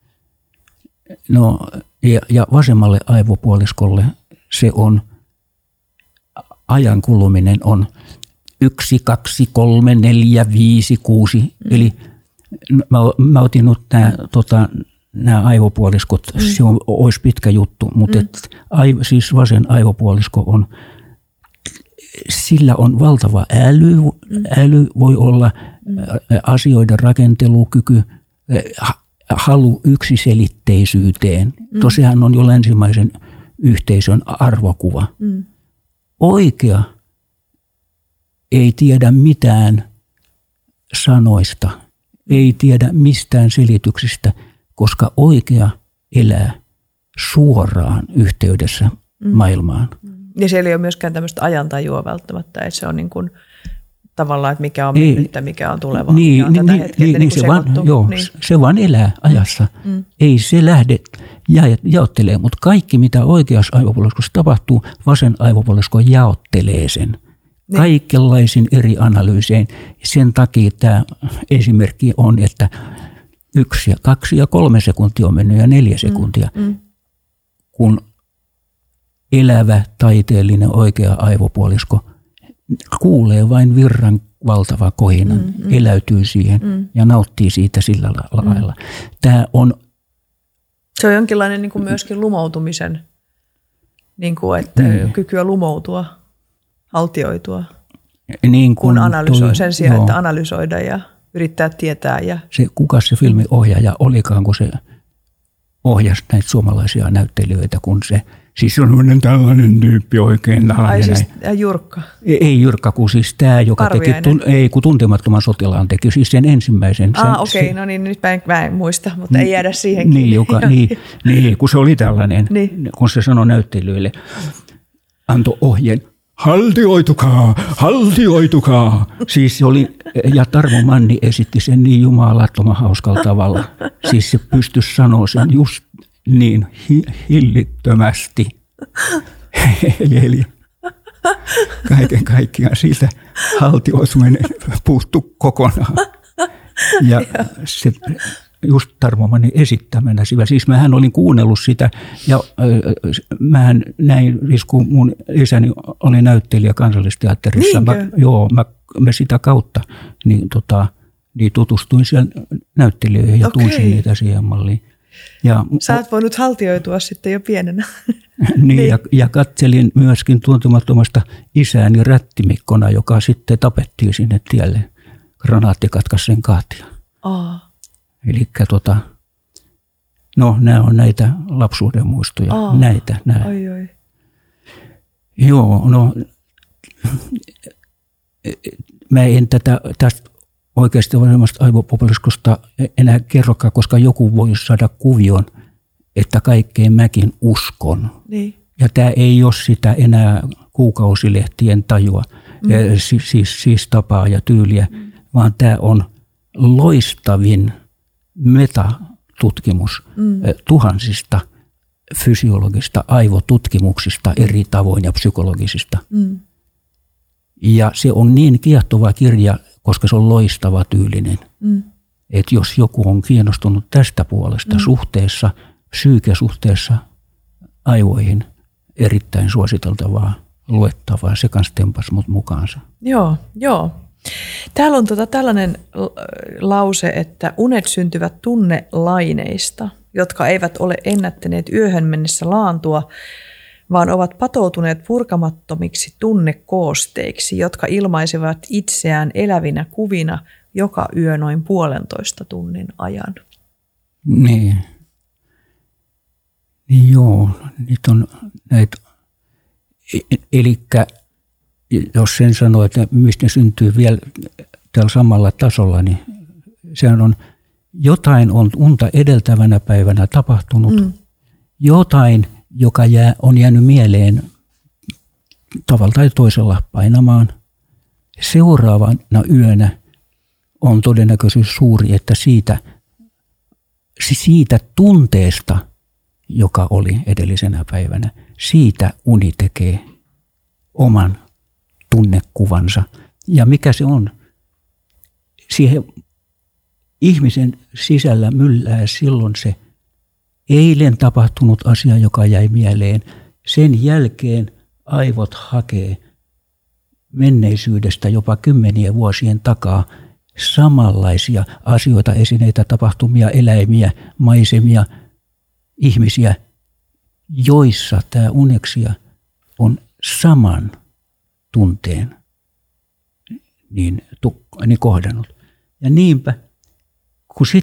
ja vasemmalle aivopuoliskolle se on ajan kuluminen on 1, 2, 3, 4, 5, 6. Eli mä otin nyt nämä aivopuoliskot, se olisi pitkä juttu, mutta siis vasen aivopuolisko on, sillä on valtava äly voi olla, asioiden rakentelukyky, halu yksiselitteisyyteen. Tosiaan on jo länsimaisen yhteisön arvokuva. Oikea ei tiedä mitään sanoista, ei tiedä mistään selityksistä, koska oikea elää suoraan yhteydessä maailmaan. Ja siellä ei ole myöskään tämmöistä ajantajua välttämättä, että se on niin kuin tavallaan, että mikä on mennyttä, mikä on tulevaa. Se vaan elää ajassa. Ei se lähde jaottelemaan, mutta kaikki mitä oikeassa aivopuoliskossa tapahtuu, vasen aivopuolisko jaottelee sen. Kaikenlaisin eri analyysein. Sen takia tämä esimerkki on, että 1 ja 2 ja 3 sekuntia on mennyt ja 4 sekuntia. Kun elävä, taiteellinen, oikea aivopuolisko kuulee vain virran valtava kohinan, eläytyy siihen ja nauttii siitä sillä lailla. Tämä on, se on jonkinlainen niin kuin myöskin lumoutumisen, niin kuin, että kykyä lumoutua, haltioitua, niin kun analysoi sen sijaan, että analysoida ja yrittää tietää. Ja kuka se filmiohjaaja olikaan, kun se ohjasi näitä suomalaisia näyttelijöitä, kun se siis on tällainen tyyppi oikein. Siis Jyrkka? Ei Jyrkka, kun siis tämä, joka kun Tuntemattoman sotilaan teki, siis sen ensimmäisen. Okei, no niin, nyt mä en muista, mutta ei jäädä siihenkin. Niin, kun se oli tällainen, kun se sanoi näyttelijöille, antoi ohjeen, haltioitukaa. Siis se oli, ja Tarmo Manni esitti sen niin jumalattoman hauskalla tavalla. Siis se pystyi sanoa sen just niin hillittömästi. Eli kaiken kaikkiaan siitä haltioituminen puuttu kokonaan. Ja se just Tarmo Mannin esittämänä. Siis mähän olin kuunnellut sitä ja mähän näin, kun mun isäni oli näyttelijä Kansallisteatterissa. Mä sitä kautta niin tutustuin siellä näyttelijöihin ja tunsin niitä siihen malliin. Sä oot voinut haltioitua sitten jo pienenä. Niin, ja katselin myöskin Tuntemattomasta isääni Rättimikkona, joka sitten tapettiin sinne tielle. Granaatti katkaisi sen kahtia. Elikkä nämä on näitä lapsuuden muistoja. Näitä. Oi. Joo, mä en tästä oikeasti vasemmasta aivopuoliskosta enää kerrokaan, koska joku voi saada kuvion, että kaikkeen mäkin uskon. Niin. Ja tämä ei ole sitä enää kuukausilehtien tajua, siis tapaa ja tyyliä, vaan tämä on loistavin metatutkimus tuhansista fysiologista aivotutkimuksista eri tavoin ja psykologisista. Ja se on niin kiehtova kirja, koska se on loistava tyylinen. Että jos joku on kiinnostunut tästä puolesta suhteessa, psyykesuhteessa aivoihin, erittäin suositeltavaa, luettavaa, se kans tempas mut mukaansa. Joo. Täällä on tällainen lause, että unet syntyvät tunnelaineista, jotka eivät ole ennättäneet yöhön mennessä laantua, vaan ovat patoutuneet purkamattomiksi tunnekoosteiksi, jotka ilmaisevat itseään elävinä kuvina joka yö noin 1,5 tunnin ajan. Niin joo, niitä on näitä, elikkä jos sen sanoo, että mistä ne syntyy vielä tällä samalla tasolla, niin sehän on jotain on unta edeltävänä päivänä tapahtunut, jotain, joka on jäänyt mieleen tavalla tai toisella painamaan. Seuraavana yönä on todennäköisyys suuri, että siitä tunteesta, joka oli edellisenä päivänä, siitä uni tekee oman tunnekuvansa. Ja mikä se on? Siihen ihmisen sisällä myllää silloin se eilen tapahtunut asia, joka jäi mieleen. Sen jälkeen aivot hakee menneisyydestä jopa 10 vuosien takaa samanlaisia asioita, esineitä, tapahtumia, eläimiä, maisemia, ihmisiä, joissa tämä uneksia on saman tunteen niin kohdannut. Ja niinpä, kun sitä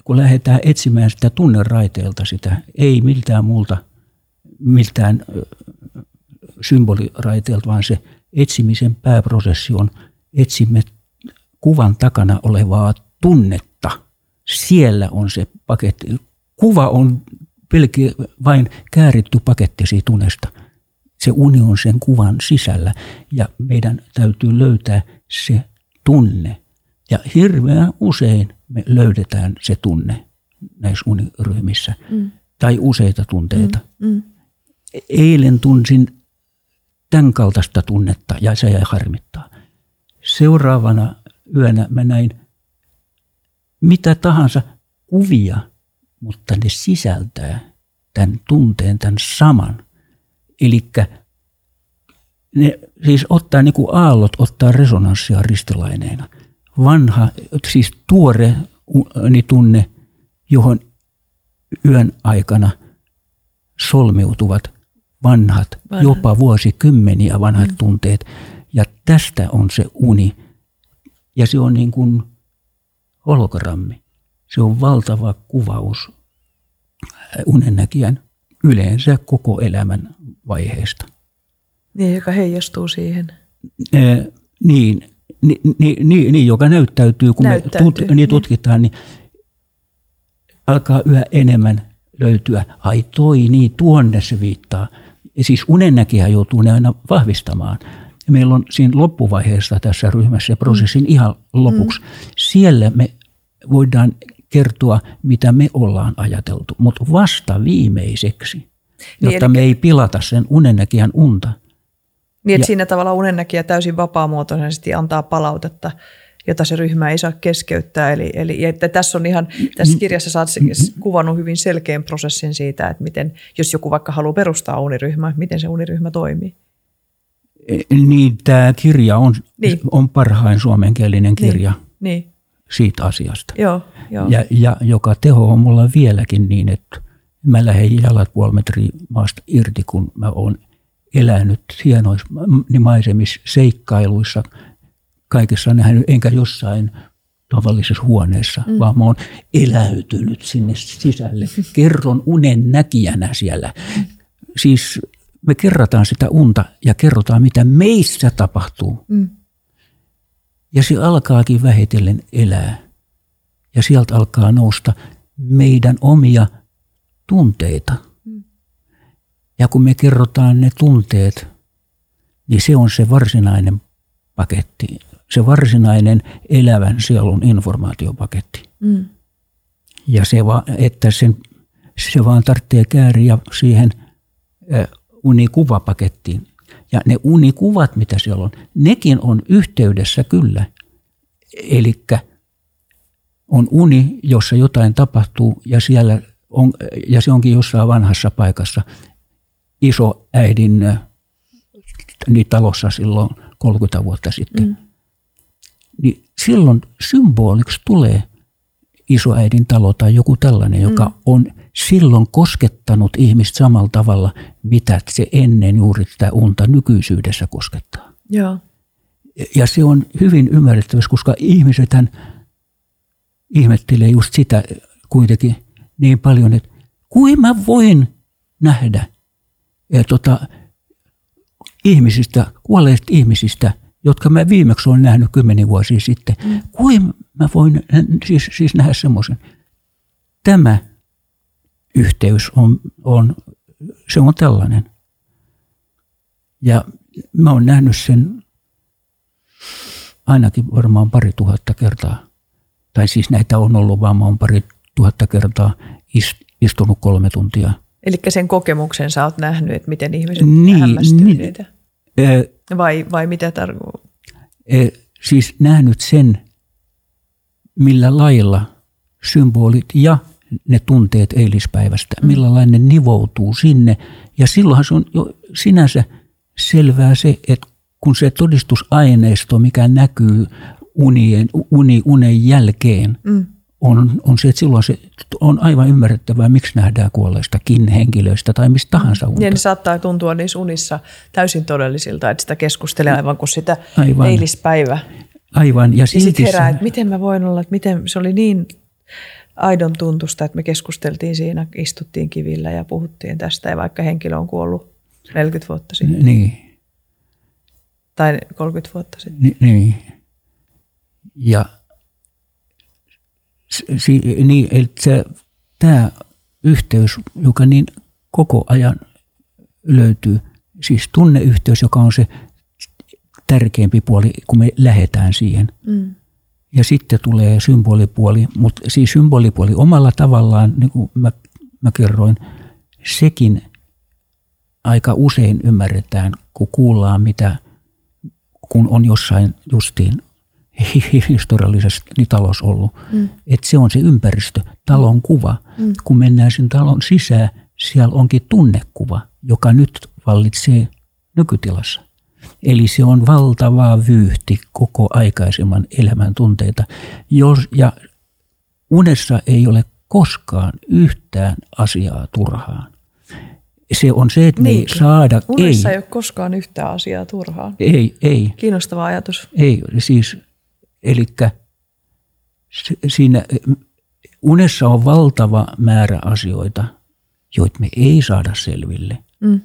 kun lähdetään etsimään sitä tunneraiteelta sitä, ei miltään symboliraiteelta, vaan se etsimisen pääprosessi on etsimme kuvan takana olevaa tunnetta. Siellä on se paketti. Kuva on vain kääritty paketti siitä unesta. Se uni on sen kuvan sisällä ja meidän täytyy löytää se tunne. Ja hirveän usein me löydetään se tunne näissä uniryhmissä tai useita tunteita. Eilen tunsin tämän kaltaista tunnetta ja se jäi harmittaa. Seuraavana yönä mä näin mitä tahansa kuvia, mutta ne sisältää tämän tunteen, tämän saman. Elikkä ne siis ottaa niin kuin aallot, ottaa resonanssia ristilaineina. Vanha, siis tuore tunne, johon yön aikana solmiutuvat vanhat, jopa vuosikymmeniä vanhat tunteet. Ja tästä on se uni. Ja se on niin kuin hologrammi. Se on valtava kuvaus unennäkijän yleensä koko elämän vaiheesta. Niin, joka heijastuu siihen. Niin, joka näyttäytyy, kun me tutkitaan, niin alkaa yhä enemmän löytyä, ai toi, niin tuonne se viittaa. Ja siis unennäkijä joutuu ne aina vahvistamaan. Ja meillä on siinä loppuvaiheessa tässä ryhmässä prosessin ihan lopuksi. Siellä me voidaan kertoa, mitä me ollaan ajateltu, mutta vasta viimeiseksi, jotta me ei pilata sen unennäkijän unta. Niin, että siinä tavalla unennäkijä täysin vapaamuotoisesti antaa palautetta, jota se ryhmä ei saa keskeyttää. Eli että tässä on ihan, tässä kirjassa sä oot kuvannut hyvin selkeän prosessin siitä, että miten, jos joku vaikka haluaa perustaa uniryhmää, miten se uniryhmä toimii. Niin, tämä kirja on parhain suomenkielinen kirja siitä asiasta. Joo. Ja joka teho on mulla vieläkin niin, että mä lähden jalat puoli metriä maasta irti, kun mä oon elänyt hienoissa maisemissa, seikkailuissa, kaikessa nähnyt, enkä jossain tavallisessa huoneessa, vaan mä oon eläytynyt sinne sisälle. Kerron unen näkijänä siellä. Siis me kerrataan sitä unta ja kerrotaan, mitä meissä tapahtuu. Ja se alkaakin vähitellen elää. Ja sieltä alkaa nousta meidän omia tunteita. Ja kun me kerrotaan ne tunteet, niin se on se varsinainen paketti. Se varsinainen elävän sielun informaatiopaketti. Ja että se vaan tarvitsee kääriä siihen unikuvapakettiin. Ja ne unikuvat, mitä siellä on, nekin on yhteydessä kyllä. Elikkä on uni, jossa jotain tapahtuu ja se onkin jossain vanhassa paikassa. Isoäidin talossa silloin 30 vuotta sitten. Niin silloin symboliksi tulee isoäidin talo tai joku tällainen, joka on silloin koskettanut ihmistä samalla tavalla, mitä se ennen juuri tätä unta nykyisyydessä koskettaa. Joo. Ja se on hyvin ymmärrettävissä, koska ihmisethän ihmettelee just sitä kuitenkin niin paljon, että kuin mä voin nähdä ihmisistä, kuolleista ihmisistä, jotka mä viimeksi olen nähnyt 10 vuosia sitten. Kuin mä voin siis nähdä semmoisen. Tämä yhteys se on tällainen. Ja mä oon nähnyt sen ainakin varmaan 2000 kertaa. Tai siis näitä on ollut vaan mä oon 2000 kertaa istunut 3 tuntia. Eli sen kokemuksen sä oot nähnyt, että miten ihmiset hämmästyneitä. Vai mitä tarkoittaa? Siis nähnyt sen, millä lailla symbolit ja ne tunteet eilispäivästä, millä lailla ne nivoutuu sinne. Ja silloinhan se on jo sinänsä selvää se, että kun se todistusaineisto, mikä näkyy unen jälkeen, on se, että silloin se on aivan ymmärrettävää, miksi nähdään kuolleistakin henkilöistä tai mistä tahansa unta. Ja ne saattaa tuntua niissä unissa täysin todellisilta, että sitä keskustelee aivan kuin sitä eilispäivä. Aivan. Ja sitten herää, että miten mä voin olla, että miten se oli niin aidon tuntusta, että me keskusteltiin siinä, istuttiin kivillä ja puhuttiin tästä, ja vaikka henkilö on kuollut 40 vuotta sitten. Niin. Tai 30 vuotta sitten. Niin. Ja niin, tämä yhteys, joka niin koko ajan löytyy, siis tunneyhteys, joka on se tärkeämpi puoli, kun me lähdetään siihen. Mm. Ja sitten tulee symbolipuoli, mutta siis symbolipuoli omalla tavallaan, niin kuin mä kerroin, sekin aika usein ymmärretään, kun kuullaan kun on jossain justiin historiallisesti talossa ollut. Mm. Että se on se ympäristö, talon kuva. Mm. Kun mennään sen talon sisään, siellä onkin tunnekuva, joka nyt vallitsee nykytilassa. Eli se on valtava vyyhti koko aikaisemman elämän tunteita. Ja unessa ei ole koskaan yhtään asiaa turhaan. Se on se, että me ei saada... Unessa ei ole koskaan yhtään asiaa turhaan. Ei. Kiinnostava ajatus. Ei, siis, elikkä siinä unessa on valtava määrä asioita, joita me ei saada selville. Mm.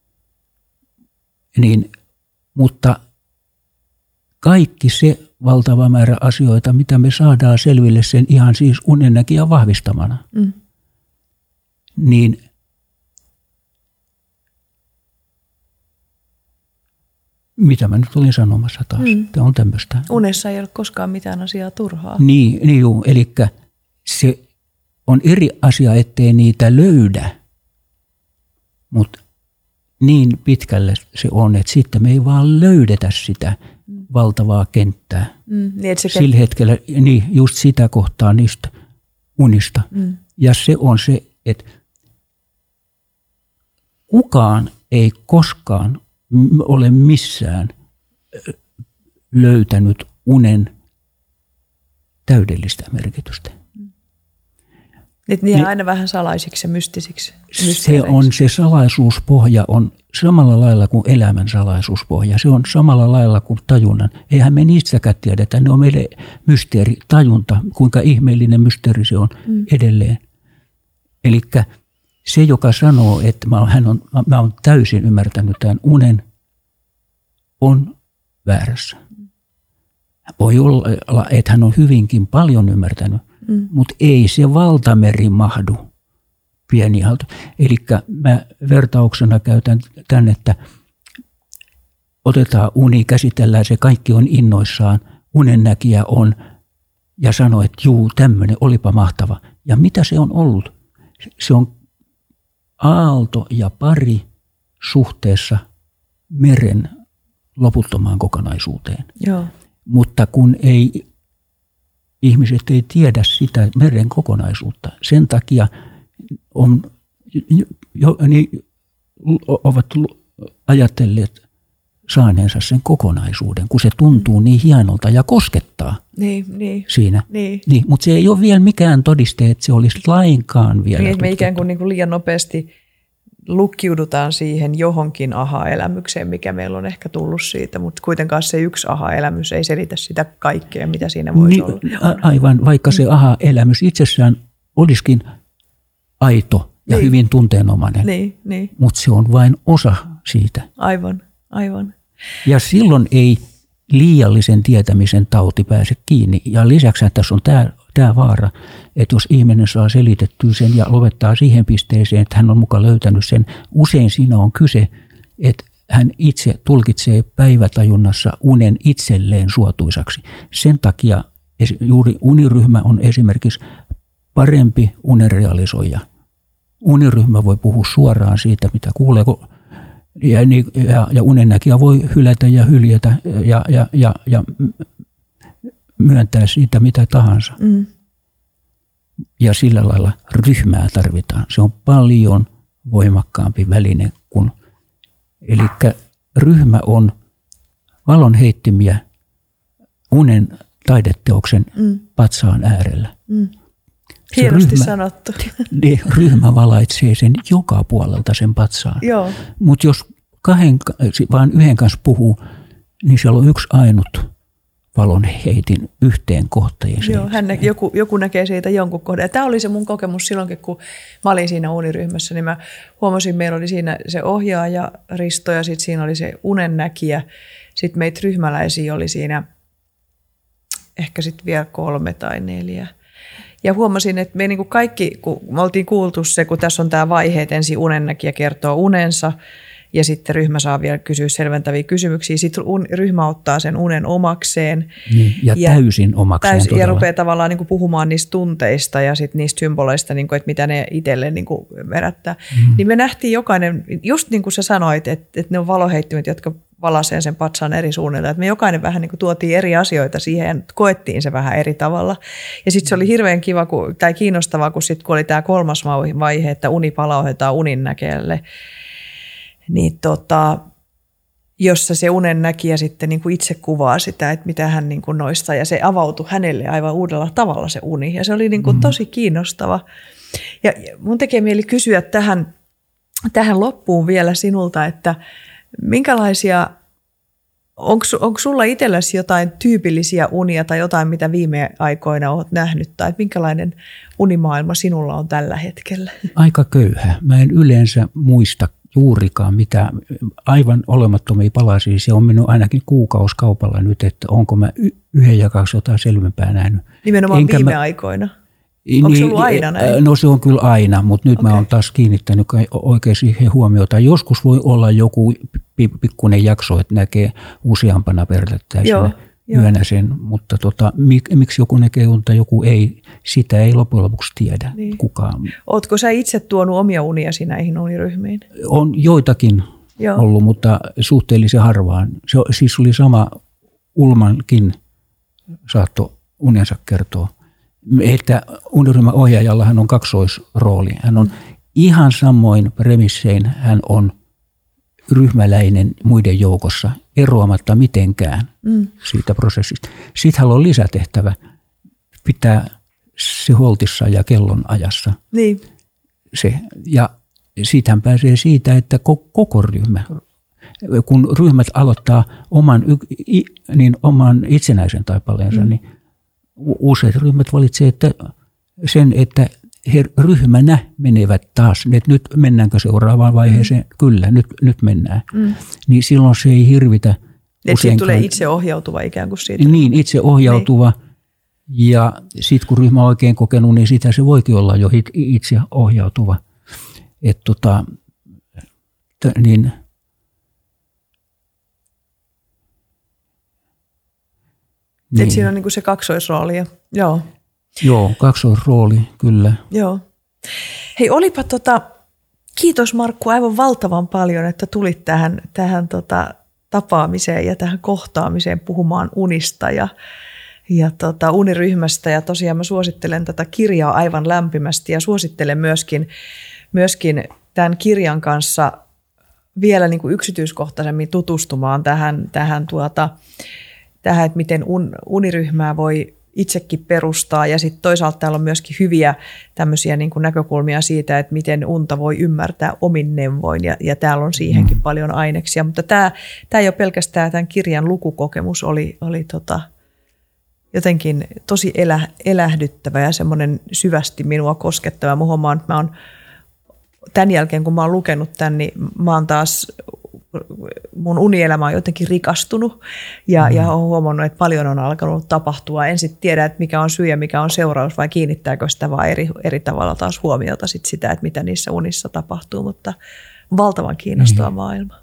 Mutta kaikki se valtava määrä asioita, mitä me saadaan selville sen ihan siis unennäkijän vahvistamana, niin mitä mä nyt olin sanomassa taas? Tämä on tämmöistä. Unessa ei ole koskaan mitään asiaa turhaa. Niin juu, eli se on eri asia, ettei niitä löydä, mutta niin pitkälle se on, että sitten me ei vaan löydetä sitä valtavaa kenttää. Niin, sillä hetkellä, niin just sitä kohtaa niistä unista. Ja se on se, että kukaan ei koskaan ole missään löytänyt unen täydellistä merkitystä. Ne jää aina vähän salaisiksi ja mystisiksi. Se salaisuuspohja on samalla lailla kuin elämän salaisuuspohja. Se on samalla lailla kuin tajunnan. Eihän me niistäkään tiedetä. Ne on meille mysteeri, tajunta, kuinka ihmeellinen mysteeri se on edelleen. Eli se, joka sanoo, että mä oon täysin ymmärtänyt tämän unen, on väärässä. Voi olla, että hän on hyvinkin paljon ymmärtänyt, mutta ei se valtameri mahdu pieni aalto. Eli mä vertauksena käytän tämän, että otetaan uni, käsitellään se, kaikki on innoissaan, unennäkijä on ja sanoo, että juu, tämmöinen, olipa mahtava. Ja mitä se on ollut? Se on aalto ja pari suhteessa meren loputtomaan kokonaisuuteen. Joo. Mutta kun ihmiset ei tiedä sitä meren kokonaisuutta, sen takia ovat ajatelleet saaneensa sen kokonaisuuden, kun se tuntuu niin hienolta ja koskettaa siinä. Niin, mutta se ei ole vielä mikään todiste, että se olisi lainkaan vielä niin, me ikään kuin liian nopeasti lukkiudutaan siihen johonkin aha-elämykseen, mikä meillä on ehkä tullut siitä, mutta kuitenkaan se yksi aha-elämys ei selitä sitä kaikkea, mitä siinä voisi olla. Aivan, vaikka se aha-elämys itsessään olisikin aito ja hyvin tunteenomainen, mutta se on vain osa siitä. Aivan. Ja silloin ei liiallisen tietämisen tauti pääse kiinni. Ja lisäksi tässä on tämä vaara, että jos ihminen saa selitettyä sen ja lopettaa siihen pisteeseen, että hän on mukaan löytänyt sen, usein siinä on kyse, että hän itse tulkitsee päivätajunnassa unen itselleen suotuisaksi. Sen takia juuri uniryhmä on esimerkiksi parempi unenrealisoija. Uniryhmä voi puhua suoraan siitä, mitä kuulee, ja unennäkijä voi hylätä ja hyljätä ja myöntää siitä mitä tahansa. Ja sillä lailla ryhmää tarvitaan. Se on paljon voimakkaampi väline kuin... Eli ryhmä on valonheittimiä unen taideteoksen patsaan äärellä. Hienosti sanottu. Ryhmä valaitsee sen joka puolelta sen patsaan. Mutta jos vain yhden kanssa puhuu, niin siellä on yksi ainut valon heitin yhteen kohtaan. Joo, joku näkee siitä jonkun kohdan. Tämä oli se mun kokemus silloinkin, kun mä olin siinä uniryhmässä, niin mä huomasin, meillä oli siinä se ohjaaja Risto ja sitten siinä oli se unennäkijä. Sitten meitä ryhmäläisiä oli siinä ehkä sitten vielä 3 tai 4. Ja huomasin, että me niinku kaikki, kun me oltiin kuultu se, kun tässä on tämä vaihe, että ensin unennäkijä kertoo unensa ja sitten ryhmä saa vielä kysyä selventäviä kysymyksiä. Sitten ryhmä ottaa sen unen omakseen. Niin, ja täysin omakseen. Ja rupeaa tavallaan niinku puhumaan niistä tunteista ja sitten niistä symboleista, niinku, että mitä ne itselle niinku herättää. Niin me nähtiin jokainen, just niin kuin sä sanoit, että ne on valoheittimet, jotka valaisee sen patsaan eri suunnilla. Että me jokainen vähän niin kuin tuotiin eri asioita siihen ja koettiin se vähän eri tavalla. Ja sitten se oli hirveän kiva tai kiinnostavaa, kun sitten kun oli tämä 3. vaihe, että uni palautetaan uninnäkijälle, niin jossa se unennäkijä sitten niin kuin itse kuvaa sitä, että mitä hän niin kuin noista, ja se avautui hänelle aivan uudella tavalla se uni. Ja se oli niin kuin tosi kiinnostava. Ja mun tekee mieli kysyä tähän loppuun vielä sinulta, että minkälaisia, onko sulla itselläsi jotain tyypillisiä unia tai jotain, mitä viime aikoina olet nähnyt, tai minkälainen unimaailma sinulla on tällä hetkellä? Aika köyhä. Mä en yleensä muista juurikaan mitä aivan olemattomia palasia. Se on mennyt ainakin kuukausikaupalla nyt, että onko mä 1 ja 2 jotain selvempää nähnyt. Nimenomaan viime aikoina? Onko se ollut aina näin? No se on kyllä aina, mutta nyt mä oon taas kiinnittänyt oikein siihen huomiota. Joskus voi olla joku pikkuinen jakso, että näkee useampana perättäisenä yönä sen, mutta miksi joku näkee unta, joku ei, sitä ei loppujen lopuksi tiedä kukaan. Ootko sä itse tuonut omia uniasi näihin uniryhmiin? On joitakin ollut, mutta suhteellisen harvaan. Se siis oli sama, Ulmankin saattoi unensa kertoa. Että uniryhmän ohjaajalla hän on kaksoisrooli. Hän on ihan samoin premissein, hän on ryhmäläinen muiden joukossa eroamatta mitenkään siitä prosessista. Sitten hän on lisätehtävä pitää se holtissa ja kellon ajassa. Niin. Ja sitten hän pääsee siitä, että koko ryhmä, kun ryhmät aloittaa oman itsenäisen taipaleensa, niin useat ryhmät valitsevat että he ryhmänä menevät taas, että nyt mennäänkö seuraavaan vaiheeseen? Kyllä, nyt mennään. Niin silloin se ei hirvitä. Että siitä tulee itseohjautuva ikään kuin siitä. Niin, itseohjautuva. Niin. Ja sitten kun ryhmä on oikein kokenut, niin sitä se voikin olla jo itseohjautuva. Että niin. Että siinä on niin kuin se kaksoisrooli. Joo. Joo, kaksoisrooli, kyllä. Joo. Hei, olipa kiitos Markku aivan valtavan paljon, että tulit tähän tapaamiseen ja tähän kohtaamiseen puhumaan unista ja uniryhmästä. Ja tosiaan mä suosittelen tätä kirjaa aivan lämpimästi ja suosittelen myöskin tämän kirjan kanssa vielä niin kuin yksityiskohtaisemmin tutustumaan tähän, että miten uniryhmää voi itsekin perustaa. Ja sitten toisaalta täällä on myöskin hyviä tämmöisiä niin kuin näkökulmia siitä, että miten unta voi ymmärtää omin neuvoin. Ja täällä on siihenkin paljon aineksia. Mutta tämä ei ole pelkästään tämän kirjan lukukokemus, oli jotenkin tosi elähdyttävä ja semmoinen syvästi minua koskettava. Mä huomaan, että mä oon tämän jälkeen, kun mä oon lukenut tämän, niin mä oon taas, mun unielämä on jotenkin rikastunut ja olen huomannut, että paljon on alkanut tapahtua. En sitten tiedä, että mikä on syy ja mikä on seuraus vai kiinnittääkö sitä vaan eri tavalla taas huomiota sitä, että mitä niissä unissa tapahtuu, mutta valtavan kiinnostava maailma.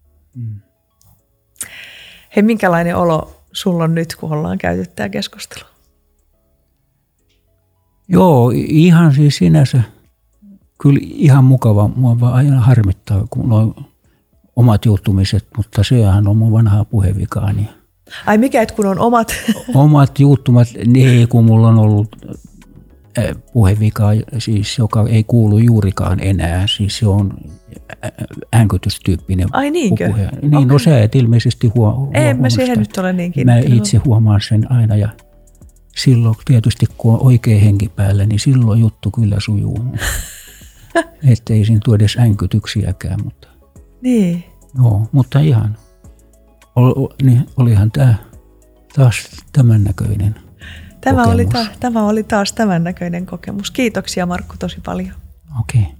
Hei, minkälainen olo sulla on nyt, kun ollaan käyty tämä keskustelu? Joo, ihan siis sinänsä kyllä ihan mukava. Mua vaan aina harmittaa, kun on omat juuttumiset, mutta sehän on mun vanhaa puhevikaani. Ai mikä, että kun on omat? Omat juuttumat, niin kun mulla on ollut puhevika, siis, joka ei kuulu juurikaan enää. Siis se on änkytystyyppinen. Ai niinkö? Puhe. Niin, okay. No sä et ilmeisesti huomasta. Ei, mä siihen nyt ole niin kiinnittänyt. Mä itse huomaan sen aina ja silloin tietysti kun on oikein henki päällä, niin silloin juttu kyllä sujuu. Että ei siinä tule edes änkytyksiäkään, mutta... Niin. Joo, mutta ihan. Niin, olihan tämä taas tämän näköinen Tämä oli taas tämän näköinen kokemus. Kiitoksia Markku tosi paljon. Okei.